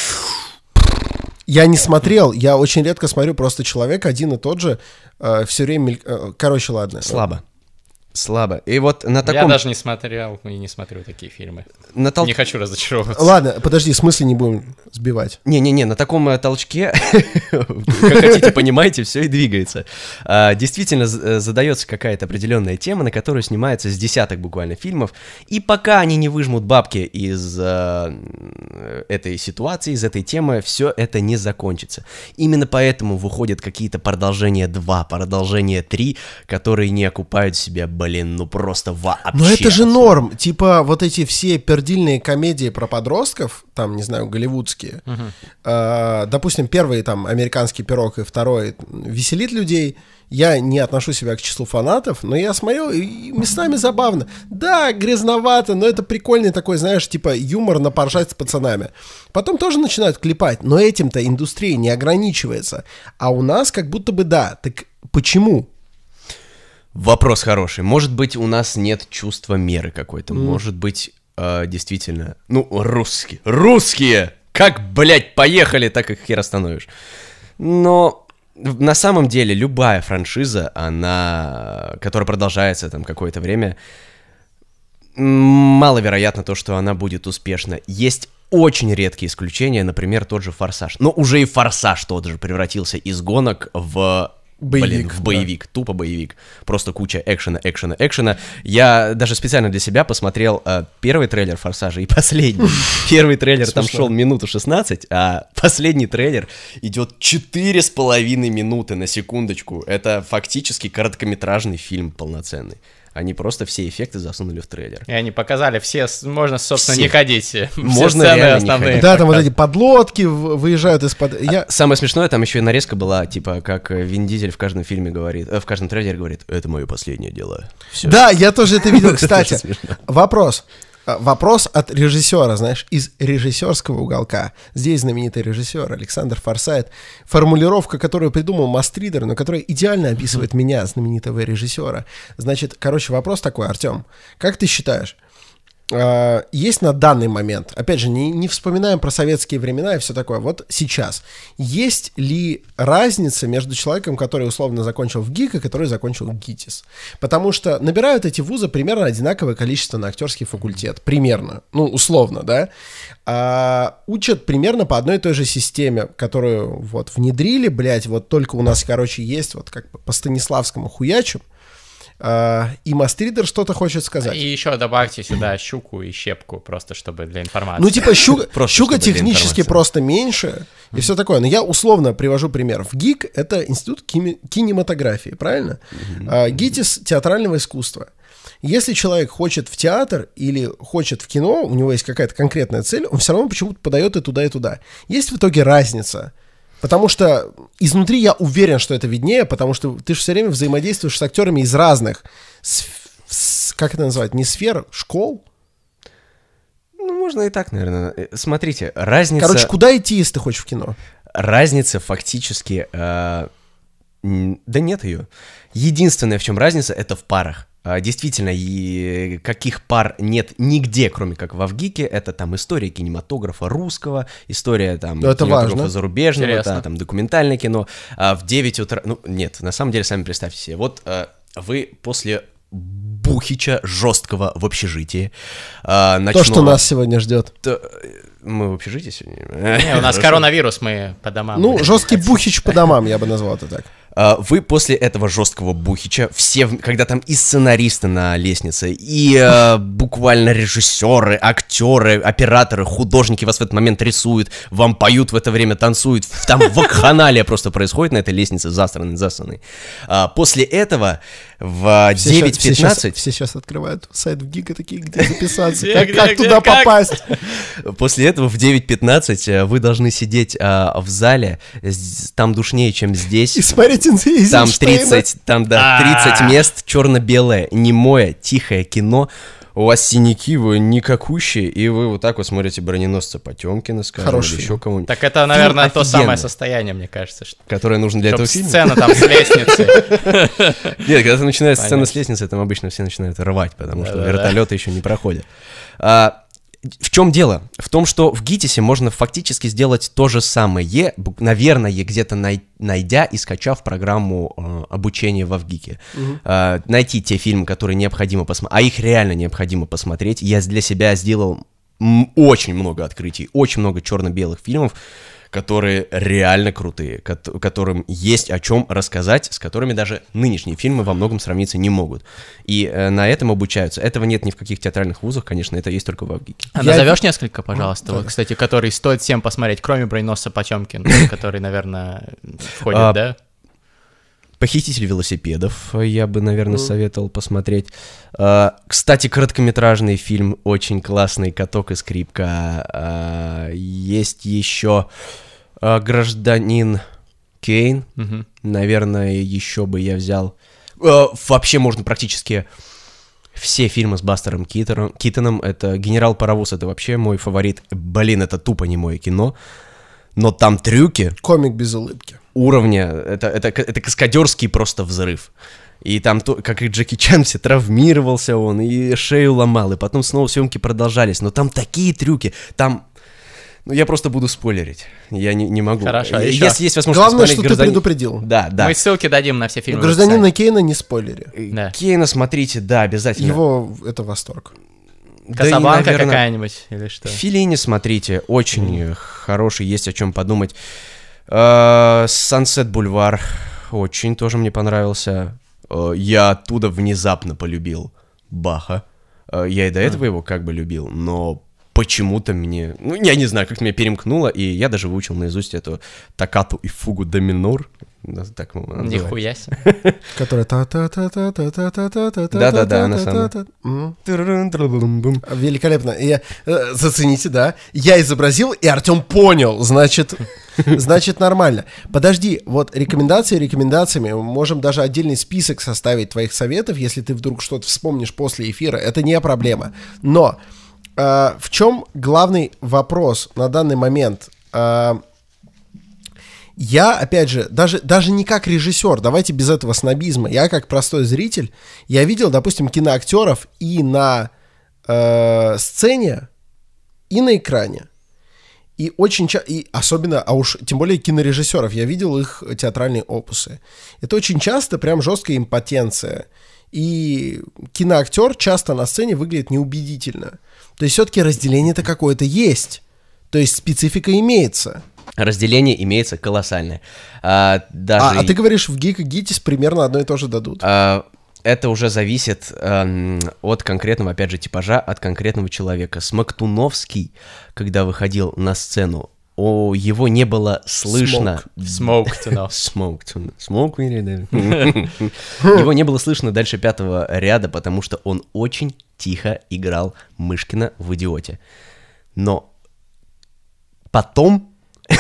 Я не смотрел, я очень редко смотрю, просто человек один и тот же все время... Короче, ладно. Слабо. И вот на Я таком... даже не смотрел и не смотрю такие фильмы. Не хочу разочаровываться. Ладно, подожди, в смысле не будем сбивать? Не-не-не, на таком толчке, как хотите, понимаете, все и двигается. Действительно задается какая-то определенная тема, на которую снимается с десяток буквально фильмов, и пока они не выжмут бабки из этой ситуации, из этой темы, все это не закончится. Именно поэтому выходят какие-то продолжения 2, продолжения 3, которые не окупают себя, просто вообще. Но это же норм. Типа вот эти все пердильные комедии про подростков, там, не знаю, голливудские, допустим, первый там «Американский пирог» и второй веселит людей. Я не отношу себя к числу фанатов, но я смотрел, и местами забавно. Да, грязновато, но это прикольный такой, знаешь, типа юмор на поржать с пацанами. Потом тоже начинают клепать, но этим-то индустрия не ограничивается. А у нас как будто бы да. Так почему? Вопрос хороший. Может быть, у нас нет чувства меры какой-то. Может быть, действительно... Русские! Как, блядь, поехали, так их хер остановишь. Но на самом деле любая франшиза, которая продолжается там какое-то время, маловероятно то, что она будет успешна. Есть очень редкие исключения, например, тот же «Форсаж». Но уже и «Форсаж» тот же превратился из гонок в... Боевик, в боевик, тупо боевик. Просто куча экшена. Я даже специально для себя посмотрел первый трейлер «Форсажа» и последний. Первый трейлер там шел минуту 16, а последний трейлер идет 4,5 минуты, на секундочку. Это фактически короткометражный фильм полноценный. Они просто все эффекты засунули в трейлер. И они показали все, можно, собственно, Все. не ходить. Все Можно сцены реально не основные. ходить. Да, там вот эти подлодки выезжают из-под... Самое смешное, там еще и нарезка была, типа, как Вин Дизель в каждом фильме говорит, в каждом трейлере говорит: это мое последнее дело. Всё. Да, я тоже это видел, кстати. Это смешно. Вопрос от режиссера, знаешь, из режиссерского уголка. Здесь знаменитый режиссер Александр Форсайт. Формулировка, которую придумал Мастридер, но которая идеально описывает меня, знаменитого режиссера. Значит, вопрос такой, Артем. Как ты считаешь, есть на данный момент, опять же, не вспоминаем про советские времена и все такое, вот сейчас, есть ли разница между человеком, который условно закончил в ГИК и который закончил в ГИТИС? Потому что набирают эти вузы примерно одинаковое количество на актерский факультет, примерно, ну, условно, да, учат примерно по одной и той же системе, которую вот внедрили, блядь, вот только у нас, короче, есть вот как бы по Станиславскому хуячу. И Мастридер что-то хочет сказать. И еще добавьте сюда щуку и щепку, просто чтобы для информации. Ну, типа, щука технически просто меньше, и все такое. Но я условно привожу пример. В ГИК — это институт кинематографии, правильно? ГИТИС — театрального искусства. Если человек хочет в театр или хочет в кино, у него есть какая-то конкретная цель, он все равно почему-то подает и туда, и туда. Есть в итоге разница. Потому что изнутри я уверен, что это виднее, потому что ты же все время взаимодействуешь с актерами из разных, как это называть, не сфер, школ? Ну, можно и так, наверное. Смотрите, разница... Короче, куда идти, если ты хочешь в кино? Разница фактически... Да нет ее. Единственное, в чем разница, это в парах. Действительно, и каких пар нет нигде, кроме как в ВГИКе, это там история кинематографа русского, история там кинематографа важно. Зарубежного, да, там документальное кино. В 9 утра... Ну, нет, на самом деле, сами представьте себе. Вот вы после бухича жесткого в общежитии ночного... То, что нас сегодня ждет. Мы в общежитии сегодня? Не, у нас коронавирус, мы по домам. Ну, жесткий бухич по домам, я бы назвал это так. Вы после этого жесткого бухича, все, когда там и сценаристы на лестнице, и буквально режиссеры, актеры, операторы, художники вас в этот момент рисуют, вам поют в это время, танцуют, там вакханалия просто происходит на этой лестнице, засранной. После этого в 9:15... Все сейчас открывают сайт в ГИКа такие, где записаться, как туда попасть. После этого в 9:15 вы должны сидеть в зале, там душнее, чем здесь. И смотреть там 30, там, да, 30 мест, черно-белое, немое, тихое кино. У вас синяки, вы никакущие, и вы вот так вот смотрите «Броненосца Потемкина», скажем, или еще кого-нибудь. Так это, наверное, то самое состояние, мне кажется, которое нужно для этого фильма. Сцена там с лестницы. Нет, когда начинается сцена с лестницы, там обычно все начинают рвать, потому что вертолеты еще не проходят. В чем дело? В том, что в ГИТИСе можно фактически сделать то же самое, наверное, где-то найдя и скачав программу обучения во ВГИКе. Найти те фильмы, которые необходимо посмотреть, а их реально необходимо посмотреть. Я для себя сделал очень много открытий, очень много черно-белых фильмов, которые реально крутые, которым есть о чем рассказать, с которыми даже нынешние фильмы во многом сравниться не могут. И на этом обучаются. Этого нет ни в каких театральных вузах, конечно, это есть только в ВГИКе. А назовешь несколько, пожалуйста, вот, кстати, которые стоит всем посмотреть, кроме «Броненосца Потемкина», который, наверное, входит, да? «Похититель велосипедов» я бы, наверное, советовал посмотреть. Кстати, короткометражный фильм очень классный, «Каток и скрипка». Есть еще «Гражданин Кейн». Наверное, еще бы я взял. Вообще можно практически все фильмы с Бастером Китоном. Это «Генерал Паровоз», это вообще мой фаворит. Блин, это тупо не мое кино. Но там трюки... Комик без улыбки. Уровня, это каскадерский просто взрыв. И там, как и Джеки Чан, все травмировался он, и шею ломал, и потом снова съемки продолжались. Но там такие трюки, там... Ну, я просто буду спойлерить, я не могу. Хорошо, если есть возможность главное, что ты предупредил. Да. Мы ссылки дадим на все фильмы. «Гражданина Кейна» не спойлери. Да. Кейна смотрите, да, обязательно. Его, это восторг. «Касабланка» какая-нибудь или что? Феллини смотрите, очень хороший, есть о чем подумать. «Сансет Бульвар» очень тоже мне понравился. Я оттуда внезапно полюбил Баха. Я и до этого его как бы любил, но почему-то мне... Ну, я не знаю, как меня перемкнуло, и я даже выучил наизусть эту «Токкату и фугу до минор». Так нихуя себе. Которая Да-да-да, она самая. Великолепно. Зацените, да. Я изобразил, и Артем понял. Значит, нормально. Подожди, вот рекомендациями. Мы можем даже отдельный список составить твоих советов, если ты вдруг что-то вспомнишь после эфира. Это не проблема. Но в чем главный вопрос на данный момент? Я, опять же, даже не как режиссер, давайте без этого снобизма, я как простой зритель, я видел, допустим, киноактеров и на сцене и на экране. И очень и особенно, а уж тем более кинорежиссеров, я видел их театральные опусы. Это очень часто прям жесткая импотенция. И киноактер часто на сцене выглядит неубедительно. То есть все-таки разделение-то какое-то есть. То есть специфика имеется. Разделение имеется колоссальное. А ты говоришь, в ГИК и ГИТИС примерно одно и то же дадут. Это уже зависит от конкретного, опять же, типажа, от конкретного человека. Смоктуновский, когда выходил на сцену, его не было слышно... Его не было слышно дальше 5-го ряда, потому что он очень тихо играл Мышкина в «Идиоте». Но потом,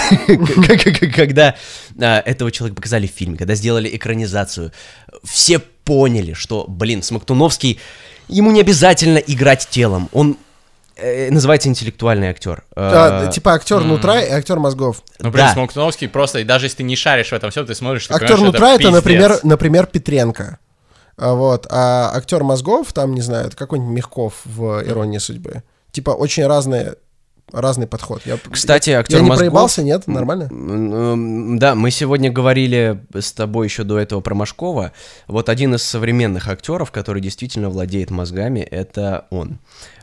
когда этого человека показали в фильме, когда сделали экранизацию, все поняли, что, Смоктуновский, ему не обязательно играть телом, он называется интеллектуальный актер. Типа актер нутра и актер мозгов. Ну, блин, Смоктуновский просто, и даже если ты не шаришь в этом всем, ты смотришь, ты актер понимаешь, нутра это это, например, Петренко. Вот. А актер мозгов, там, не знаю, это какой-нибудь Мягков в «Иронии судьбы». Типа очень разный подход. Кстати, актер я не мозгов... проебался, нет? Нормально? Да, мы сегодня говорили с тобой еще до этого про Машкова. Вот один из современных актеров, который действительно владеет мозгами, это он.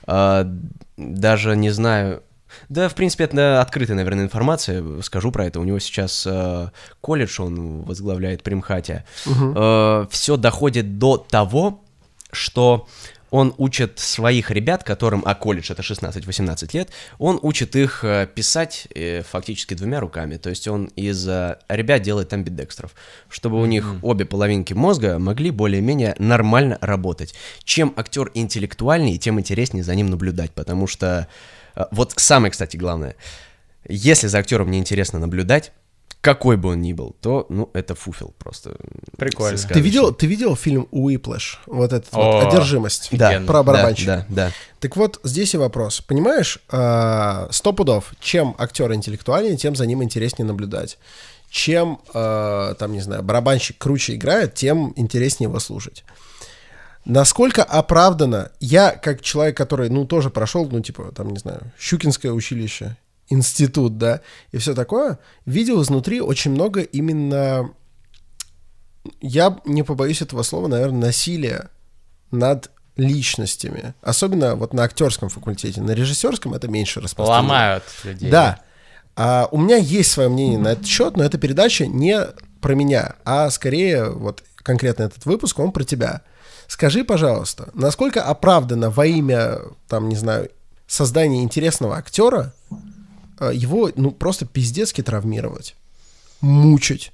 Даже не знаю... Да, в принципе, это открытая, наверное, информация. Скажу про это. У него сейчас колледж, он возглавляет при МХАТе. Все доходит до того, что... Он учит своих ребят, которым, колледж это 16-18 лет, он учит их писать фактически 2 руками. То есть он из ребят делает амбидекстров, чтобы у них обе половинки мозга могли более-менее нормально работать. Чем актер интеллектуальнее, тем интереснее за ним наблюдать, потому что вот самое, кстати, главное, если за актером неинтересно наблюдать, какой бы он ни был, то, это фуфел просто. Прикольно. Ты видел фильм «Уиплэш»? Вот этот вот «Одержимость». Да, про барабанщика. Да. Так вот, здесь и вопрос. Понимаешь, 100 пудов, чем актер интеллектуальнее, тем за ним интереснее наблюдать. Чем, там, не знаю, барабанщик круче играет, тем интереснее его слушать. Насколько оправдано, я, как человек, который, тоже прошел, там, не знаю, Щукинское училище, институт, да, и все такое, видел изнутри очень много именно, я не побоюсь этого слова, наверное, насилия над личностями. Особенно вот на актерском факультете. На режиссерском это меньше распространено. Ломают людей. Да. У меня есть свое мнение на этот счет, но эта передача не про меня, а скорее вот конкретно этот выпуск, он про тебя. Скажи, пожалуйста, насколько оправдано во имя, там, не знаю, создания интересного актера его, просто пиздецки травмировать, мучить.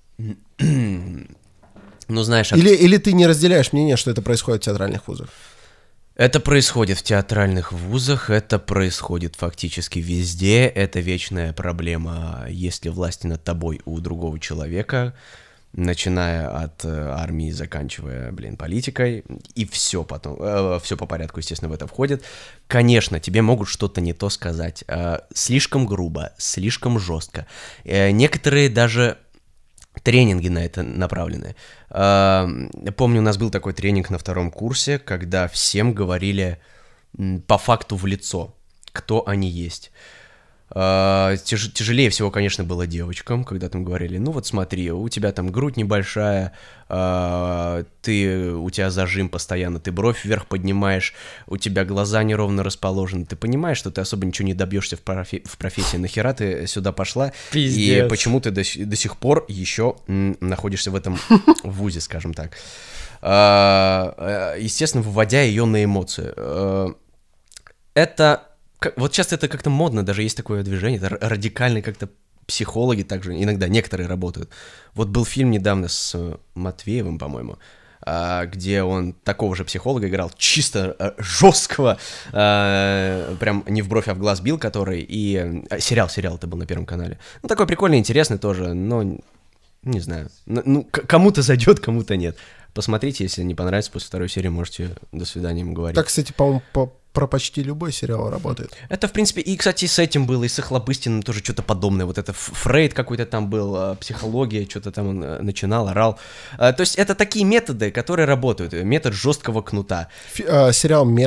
Знаешь... Или ты не разделяешь мнение, что это происходит в театральных вузах? Это происходит в театральных вузах, это происходит фактически везде, это вечная проблема, есть ли власть над тобой у другого человека, начиная от армии, заканчивая, политикой, и все потом, все по порядку, естественно, в это входит. Конечно, тебе могут что-то не то сказать, слишком грубо, слишком жестко. Некоторые даже тренинги на это направлены. Помню, у нас был такой тренинг на 2 курсе, когда всем говорили по факту в лицо, кто они есть. Тяжелее всего, конечно, было девочкам, когда там говорили, вот смотри, у тебя там грудь небольшая, у тебя зажим постоянно, ты бровь вверх поднимаешь, у тебя глаза неровно расположены, ты понимаешь, что ты особо ничего не добьешься в профессии, нахера ты сюда пошла, Пиздец. И почему ты до сих пор еще находишься в этом вузе, скажем так. Естественно, выводя ее на эмоции. Это... Вот сейчас это как-то модно, даже есть такое движение, это радикальные как-то психологи также иногда, некоторые работают. Вот был фильм недавно с Матвеевым, по-моему, где он такого же психолога играл, чисто жесткого, прям не в бровь, а в глаз бил, который, и сериал это был на Первом канале. Такой прикольный, интересный тоже, но не знаю, кому-то зайдет, кому-то нет. Посмотрите, если не понравится, после 2 серии можете до свидания ему говорить. Так, кстати, по-моему, про почти любой сериал работает. Это, в принципе, и, кстати, с этим было, и с Охлобыстиным тоже что-то подобное. Вот это Фрейд какой-то там был, психология, что-то там он начинал, орал. То есть это такие методы, которые работают. Метод жесткого кнута. Сериал «Метод».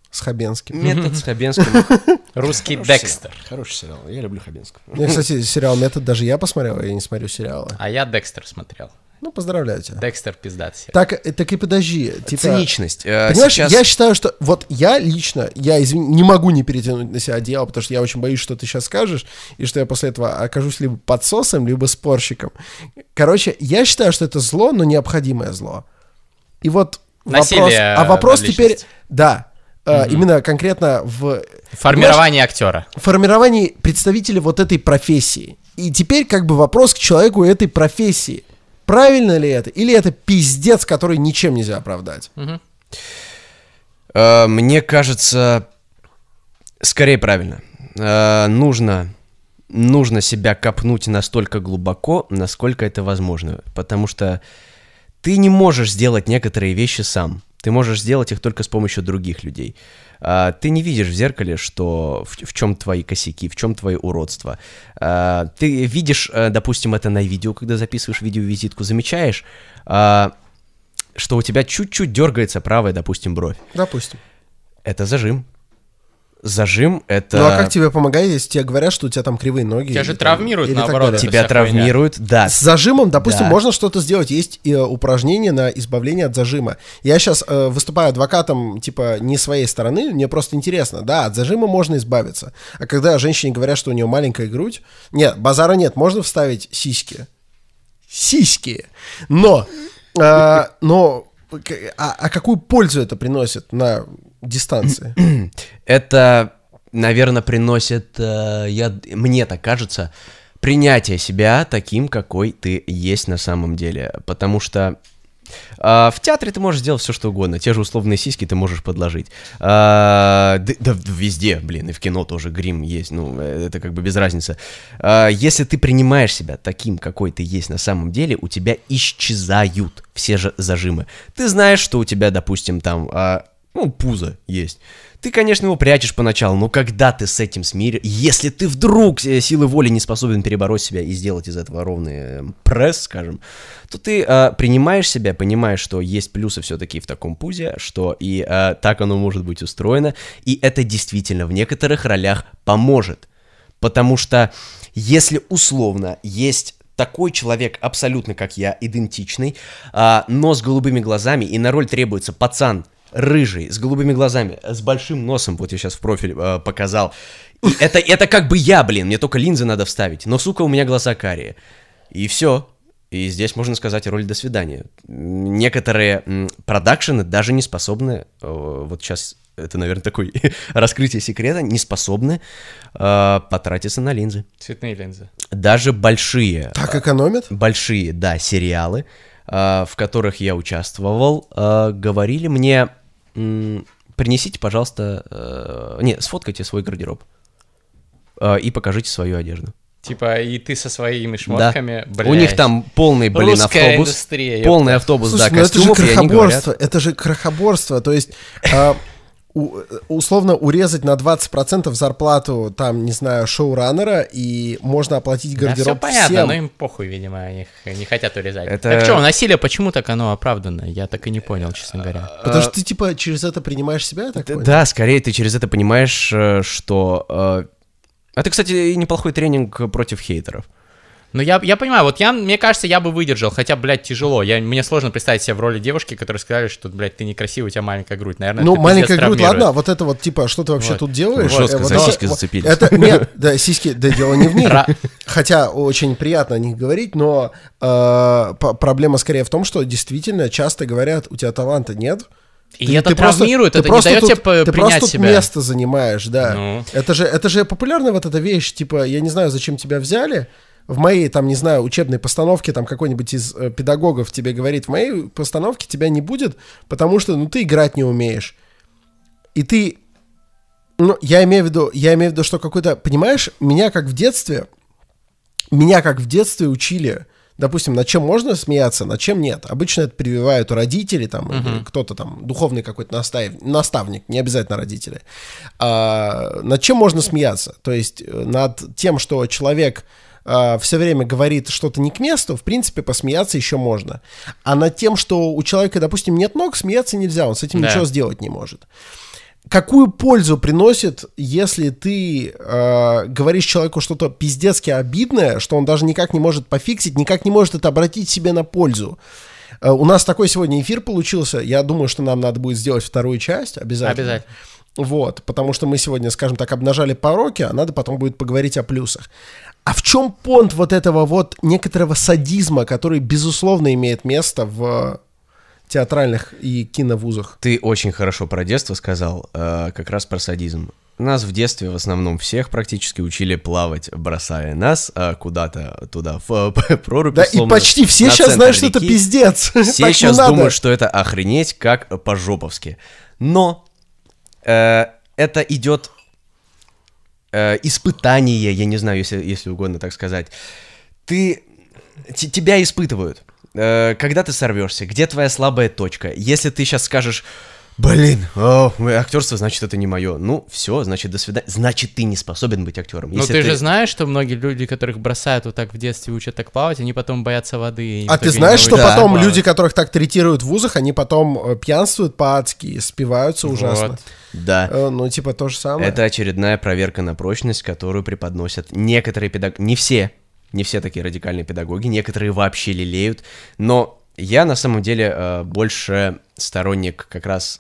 С Хабенским. Метод с Хабенским. Русский Хороший Декстер. сериал, Хороший сериал. Я люблю Хабенского. Мне, кстати, сериал «Метод» даже я посмотрел, я не смотрю сериалы. А я Декстер смотрел. Ну, поздравляю тебя. Декстер пиздатый сериал. Так и подожди. Типа, Циничность. понимаешь, Сейчас... я считаю, что вот я лично, не могу не перетянуть на себя одеяло, потому что я очень боюсь, что ты сейчас скажешь, и что я после этого окажусь либо подсосом, либо спорщиком. Короче, я считаю, что это зло, но необходимое зло. И вот Насилие вопрос над теперь, личностью. да, именно конкретно в Формирование актера. формировании представителей вот этой профессии. И теперь как бы вопрос к человеку этой профессии. Правильно ли это? Или это пиздец, который ничем нельзя оправдать? Мне кажется, скорее правильно. Нужно себя копнуть настолько глубоко, насколько это возможно. Потому что ты не можешь сделать некоторые вещи сам. Ты можешь сделать их только с помощью других людей. Ты не видишь в зеркале, что в чем твои косяки, в чем твои уродства. Ты видишь, допустим, это на видео, когда записываешь видеовизитку, замечаешь, что у тебя чуть-чуть дергается правая, допустим, бровь. Допустим. Это зажим. Зажим — это... Ну а как тебе помогает, если тебе говорят, что у тебя там кривые ноги? Тебя же или травмируют, или так наоборот. далее? Тебя вся травмируют, да. С зажимом, допустим, Да. можно что-то сделать. Есть упражнения на избавление от зажима. Я сейчас выступаю адвокатом, типа, не своей стороны, мне просто интересно. Да, от зажима можно избавиться. А когда женщине говорят, что у нее маленькая грудь... Нет, базара нет, можно вставить сиськи. Сиськи! Но какую пользу это приносит на дистанции? Это, наверное, приносит, мне так кажется, принятие себя таким, какой ты есть на самом деле. Потому что в театре ты можешь сделать все, что угодно. Те же условные сиськи ты можешь подложить. Да везде, блин, и в кино тоже грим есть. Ну, это как бы без разницы. Если ты принимаешь себя таким, какой ты есть на самом деле, у тебя исчезают все же зажимы. Ты знаешь, что у тебя, допустим, там... пузо есть. Ты, конечно, его прячешь поначалу, но когда ты с этим если ты вдруг силой воли не способен перебороть себя и сделать из этого ровный пресс, скажем, то ты принимаешь себя, понимаешь, что есть плюсы все-таки в таком пузе, что и так оно может быть устроено, и это действительно в некоторых ролях поможет. Потому что если условно есть такой человек абсолютно как я, идентичный, но с голубыми глазами, и на роль требуется пацан, рыжий, с голубыми глазами, с большим носом, вот я сейчас в профиль показал. И это как бы я, блин, мне только линзы надо вставить, но, сука, у меня глаза карие. И все. И здесь можно сказать роль «до свидания». Некоторые продакшены даже не способны, вот сейчас это, наверное, такое раскрытие секрета, не способны потратиться на линзы. Цветные линзы. Даже большие. Так экономят? Большие, да, сериалы, в которых я участвовал, говорили мне, принесите, пожалуйста, сфоткайте свой гардероб и покажите свою одежду. Типа, и ты со своими шмотками, Да. У них там полный, Русская автобус. индустрия, Полный ёпта. автобус, Слушай, да, ну это же костюмов, и они говорят... крохоборство, это же крохоборство, то есть условно урезать на 20% зарплату, там, не знаю, шоураннера, и можно оплатить Да, все гардероб понятно, всем. но им похуй, видимо, они не хотят урезать. Это- Так что, насилие, почему так оно оправдано? Я так и не понял, честно говоря. Потому что ты, типа, через это принимаешь себя, я так понял? Да, скорее ты через это понимаешь, что... Это, кстати, и неплохой тренинг против хейтеров. Ну, я понимаю, вот мне кажется, я бы выдержал, хотя, блядь, тяжело. Мне сложно представить себя в роли девушки, которые сказали, что, блядь, ты некрасивый, у тебя маленькая грудь. Наверное, Ну, это маленькая пиздец грудь, травмирует. ладно, вот это вот, типа, что ты вообще Вот. тут делаешь? Жестко Вот за это- сиськи вот- зацепились. Нет, да, сиськи, да, дело не в них, хотя очень приятно о них говорить, но проблема скорее в том, что действительно часто говорят, у тебя таланта нет. И это травмирует, это не дает тебе Ты принять просто тут себя. место занимаешь, да. Ну. Это же популярная вот эта вещь, типа, я не знаю, зачем тебя взяли. В моей, там, не знаю, учебной постановке, там, какой-нибудь из педагогов тебе говорит, в моей постановке тебя не будет, потому что, ну, ты играть не умеешь. И ты, ну, я имею в виду, что какой-то, понимаешь, меня как в детстве учили, допустим, над чем можно смеяться, над чем нет. Обычно это прививают родители, там, или кто-то там, духовный какой-то наставник, не обязательно родители. Над чем можно смеяться? То есть над тем, что человек все время говорит что-то не к месту, в принципе, посмеяться еще можно. А над тем, что у человека, допустим, нет ног, смеяться нельзя, он с этим Да. ничего сделать не может. какую пользу приносит, если ты говоришь человеку что-то пиздецки обидное, что он даже никак не может пофиксить, никак не может это обратить себе на пользу? У нас такой сегодня эфир получился. Я думаю, что нам надо будет сделать вторую часть обязательно. Вот, потому что мы сегодня, скажем так, обнажали пороки, а надо потом будет поговорить о плюсах. А в чем понт вот этого вот некоторого садизма, который, безусловно, имеет место в театральных и киновузах? Ты очень хорошо про детство сказал, как раз про садизм. Нас в детстве в основном всех практически учили плавать, бросая нас куда-то туда, в прорубь. Да, и почти все сейчас знают, что это пиздец. Все сейчас думают, что это охренеть как по-жоповски. Но это идет испытание, я не знаю, если угодно так сказать. Тебя испытывают. Когда ты сорвешься, где твоя слабая точка. Если ты сейчас скажешь: блин, актерство, значит, это не мое. Ну, все, значит, до свидания. Значит, ты не способен быть актером. Но ты же знаешь, что многие люди, которых бросают вот так в детстве, учат так плавать, они потом боятся воды. А ты знаешь, что потом люди, которых так третируют в вузах, они потом пьянствуют по-адски, спиваются ужасно. Вот. Да. Ну, типа то же самое. Это очередная проверка на прочность, которую преподносят некоторые педагоги. Не все такие радикальные педагоги, некоторые вообще лелеют. Но я на самом деле больше сторонник как раз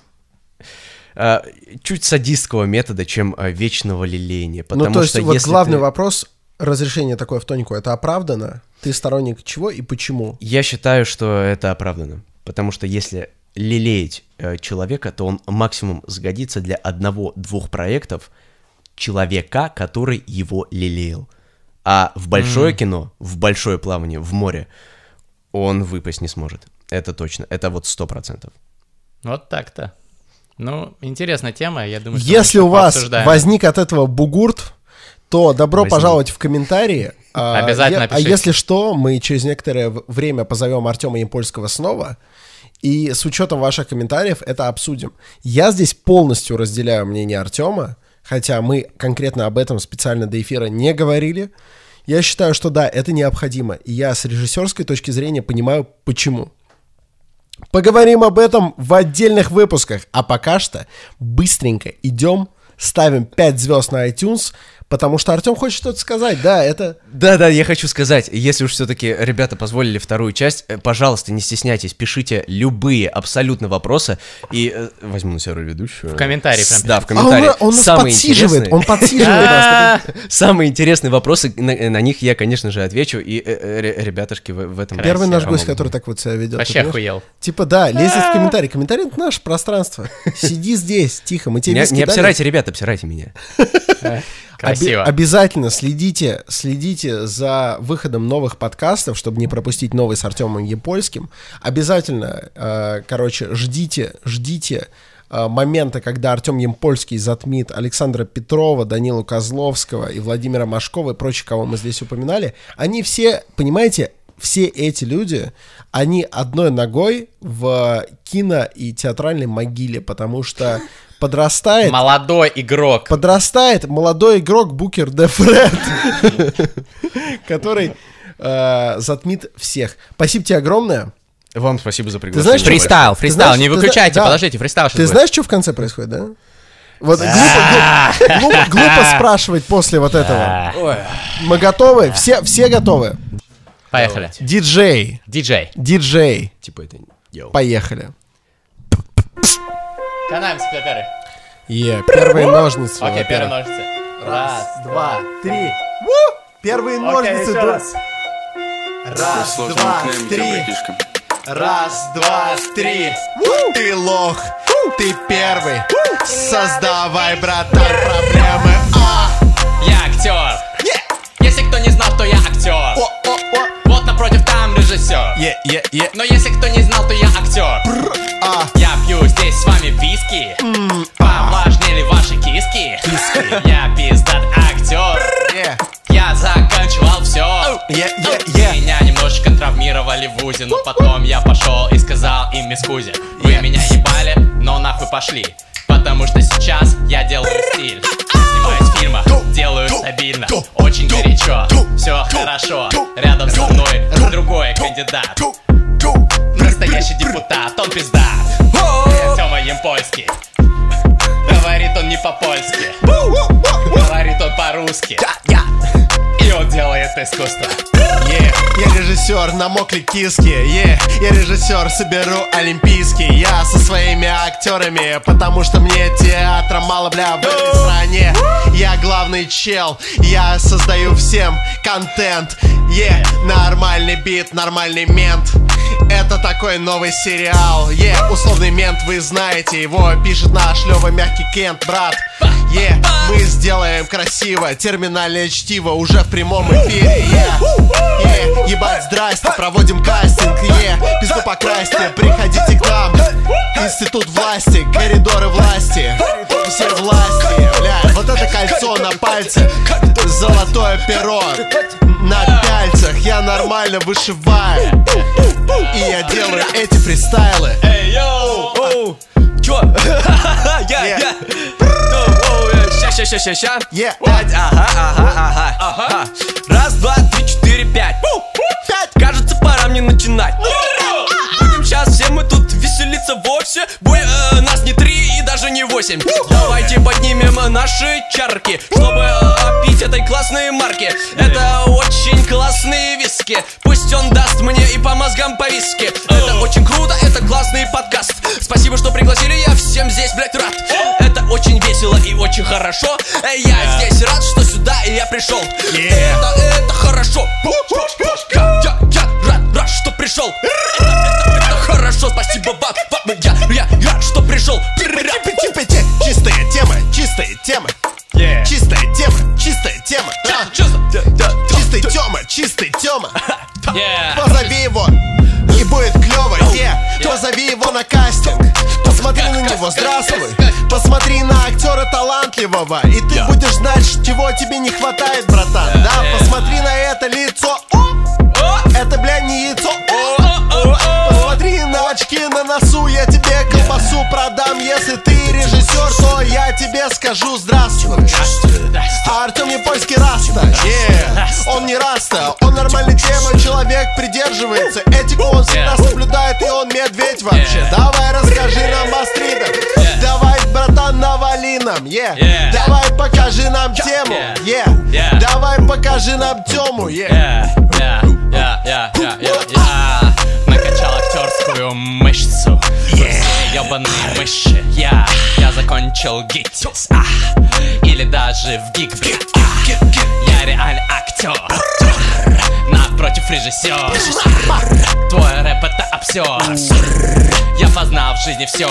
чуть садистского метода, чем вечного лелеяния. Ну, то есть, вот главный вопрос, разрешение такое в тонику, это оправдано? Ты сторонник чего и почему? Я считаю, что это оправдано. Потому что если лелеять человека, то он максимум сгодится для 1-2 проектов человека, который его лелеял. А в большое кино, в большое плавание, в море, он выпасть не сможет. Это точно. Это вот 100%. Вот так-то. Ну, интересная тема, я думаю, что если у вас возник от этого бугурт, то добро пожаловать в комментарии. Обязательно пишите. А если что, мы через некоторое время позовем Артема Ямпольского снова, и с учетом ваших комментариев это обсудим. Я здесь полностью разделяю мнение Артема, хотя мы конкретно об этом специально до эфира не говорили. Я считаю, что да, это необходимо, и я с режиссерской точки зрения понимаю, почему. Поговорим об этом в отдельных выпусках. А пока что быстренько идем, ставим 5 звезд на iTunes, потому что Артем хочет что-то сказать. Да, это... Да, я хочу сказать, если уж все-таки ребята позволили вторую часть, пожалуйста, не стесняйтесь, пишите любые абсолютно вопросы, и возьму на себя роль ведущего. В комментарии прям. Да, в комментарии. Он нас подсиживает, он подсиживает. Самые интересные вопросы, на них я, конечно же, отвечу, и ребятушки в этом... Первый наш гость, который так вот себя ведет. Вообще охуел. Типа, да, лезет в комментарии. Комментарий — это наше пространство. Сиди здесь, тихо, мы тебе не обсирайте, ребята, обсирайте меня. Красиво. Обязательно следите за выходом новых подкастов, чтобы не пропустить новый с Артемом Ямпольским. Обязательно, ждите момента, когда Артем Ямпольский затмит Александра Петрова, Данилу Козловского и Владимира Машкова и прочих, кого мы здесь упоминали. Они все, понимаете, все эти люди, они одной ногой в кино и театральной могиле, потому что подрастает молодой игрок Букер де Фред, который затмит всех. Спасибо тебе огромное. Вам спасибо за приглашение. Фристайл, не выключайте, подождите, фристайл. Ты знаешь, что в конце происходит, да? Вот глупо спрашивать после вот этого. Мы готовы? Все готовы? Поехали. Диджей. Типа это делал. Поехали. Канаем секретарь. Первые ножницы. Окей, первые ножницы. Раз, два, три. Первые ножницы. Раз, два, три. Раз, два, три. Ты лох, ты первый. Создавай, братан, проблемы. Я актер. Если кто не знал, то я актер. Вот напротив там режиссер. Но если кто не знал, то я актер. Я пью здесь с вами виски. Повлажнели ваши киски. Я пиздат актер. Я заканчивал все. Меня немножечко травмировали в вузе, но потом я пошел и сказал им: мисс Кузи, вы меня ебали, но нахуй пошли. Потому что сейчас я делаю стиль. Снимаюсь в фильмах, делаю стабильно. Очень горячо, все хорошо. Рядом со мной другой кандидат. Настоящий депутат, он пизда. Тёма Ямпольский говорит говорит он не по-польски, говорит он по-русски. И он делает искусство. Я режиссер, намокли киски. Я режиссер, соберу олимпийский. Я со своими актерами, потому что мне театра мало, бля, в этой стране. Я главный чел, я создаю всем контент. Нормальный бит, нормальный мент. Это такой новый сериал. Условный мент, вы знаете, его пишет наш Лёва Мягкий Кент, брат. Мы сделаем красиво, терминальное чтиво уже в прямом эфире. Ебать, здрасте, проводим кастинг. Пизду покрасьте, приходите к нам. Институт власти, коридоры власти. Все власти, бля. Вот это кольцо на пальце, золотое перо на пяльцах. Я нормально вышиваю, и я делаю эти фристайлы. Эй, йоу! Чё? Ща. Пять, ага. Раз, два, три, четыре, пять. Кажется, пора мне начинать. Будем сейчас все мы тут веселиться вовсе. Нас не 3 и даже не 8. Давайте поднимем наши чарки, чтобы пить этой классной марки. Это очень классные виски. Пусть он даст мне и по мозгам по виске. Это очень круто, это классный подкаст. Спасибо, что пригласили, я всем здесь, блядь, рад. Это очень весело и очень хорошо. Я здесь рад, что сюда я пришел. Это хорошо. Я рад, что пришел. Это хорошо, спасибо вам. Я рад, что пришел. Чистая тема. Чистый Тёма. Позови его, и будет клёво. Позови его на кастинг. Посмотри на него, здравствуй. Посмотри на актера талантливого, и ты будешь знать, чего тебе не хватает, братан. Да, посмотри на это лицо. Это, бля, не яйцо. Посмотри на очки на носу. Я тебе колбасу продам. Если ты режиссер, то я тебе скажу здравствуй. А Артём не польский раста. Он не раста, он нормальный тема. Человек придерживается этику, он всегда соблюдает, и он медведь вообще. Давай расскажи нам Бастридов. Давай, братан, навали нам. Давай покажи нам тему. Давай покажи нам Тёму. Накачал актерскую мышцу. Ёбаные мыши. Я закончил ГИТИС. Или даже в ГИК. Я реально актер. Напротив режиссер. Твой рэп это обсер. Я познал в жизни все.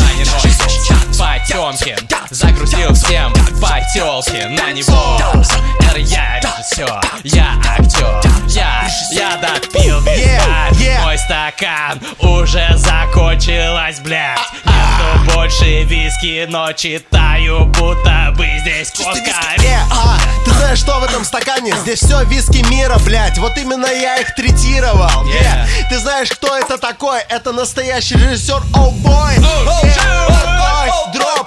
Потемкин загрузил всем потелки на него. Это я режиссер, я актер. Я допил весь мой стакан. Уже закончилась, блядь. Нету больше виски, но читаю, будто бы здесь коска. Ты знаешь, что в этом стакане? Здесь все виски мира, блядь. Вот именно я их третировал. Ты знаешь, кто это такой? Это настоящий режиссер. Оу, бой. Такой дроп.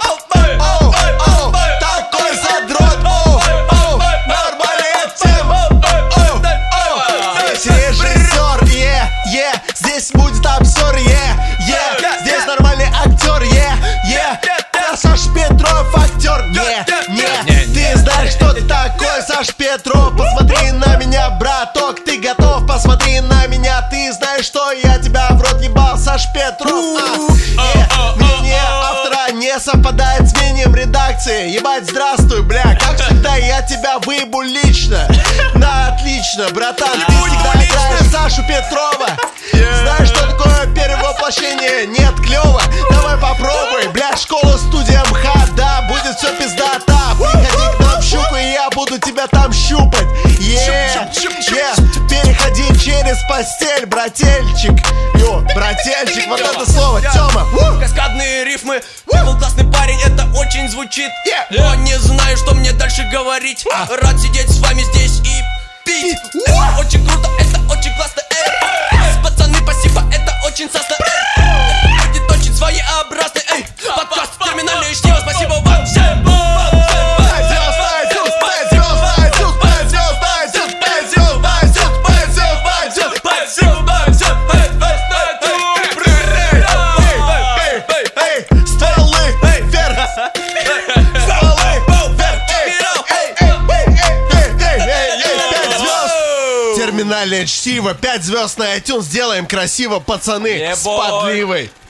Такой задрот. Нормальная тема. Здесь режиссер. Здесь будет обзор. Здесь нормальный актер. Саш Петров актер. Ты знаешь, что ты такой, Саш Петров. Посмотри на меня, браток, ты готов? Посмотри на меня, ты знаешь, что я тебя в рот ебал, Саш Петров. Мнение автора не совпадает с мнением редакции. Ебать, здравствуй, бля, как всегда я тебя выебу лично. Отлично, братан, ты всегда играешь Сашу Петрова. Знаешь, что такое перевоплощение? Нет, клёво, давай попробуй. Бля, школа, студия МХАТ, да, будет все пиздата. Приходи к нам в щуку, и я буду тебя там щупать. Переходи через постель, брательчик. Брательчик, вот это слово, Тёма. Каскадные рифмы, ты был классный парень, это очень звучит. Но не знаю, что мне дальше говорить. Рад сидеть с вами здесь и пить. Это очень круто, это очень классно. Пацаны, спасибо, это очень сасно. Будет очень своеобразный. Подкаст терминальное чтиво, спасибо вам всем. Криминальное чтиво, 5 звезд на iTunes, делаем красиво, пацаны, с подливой.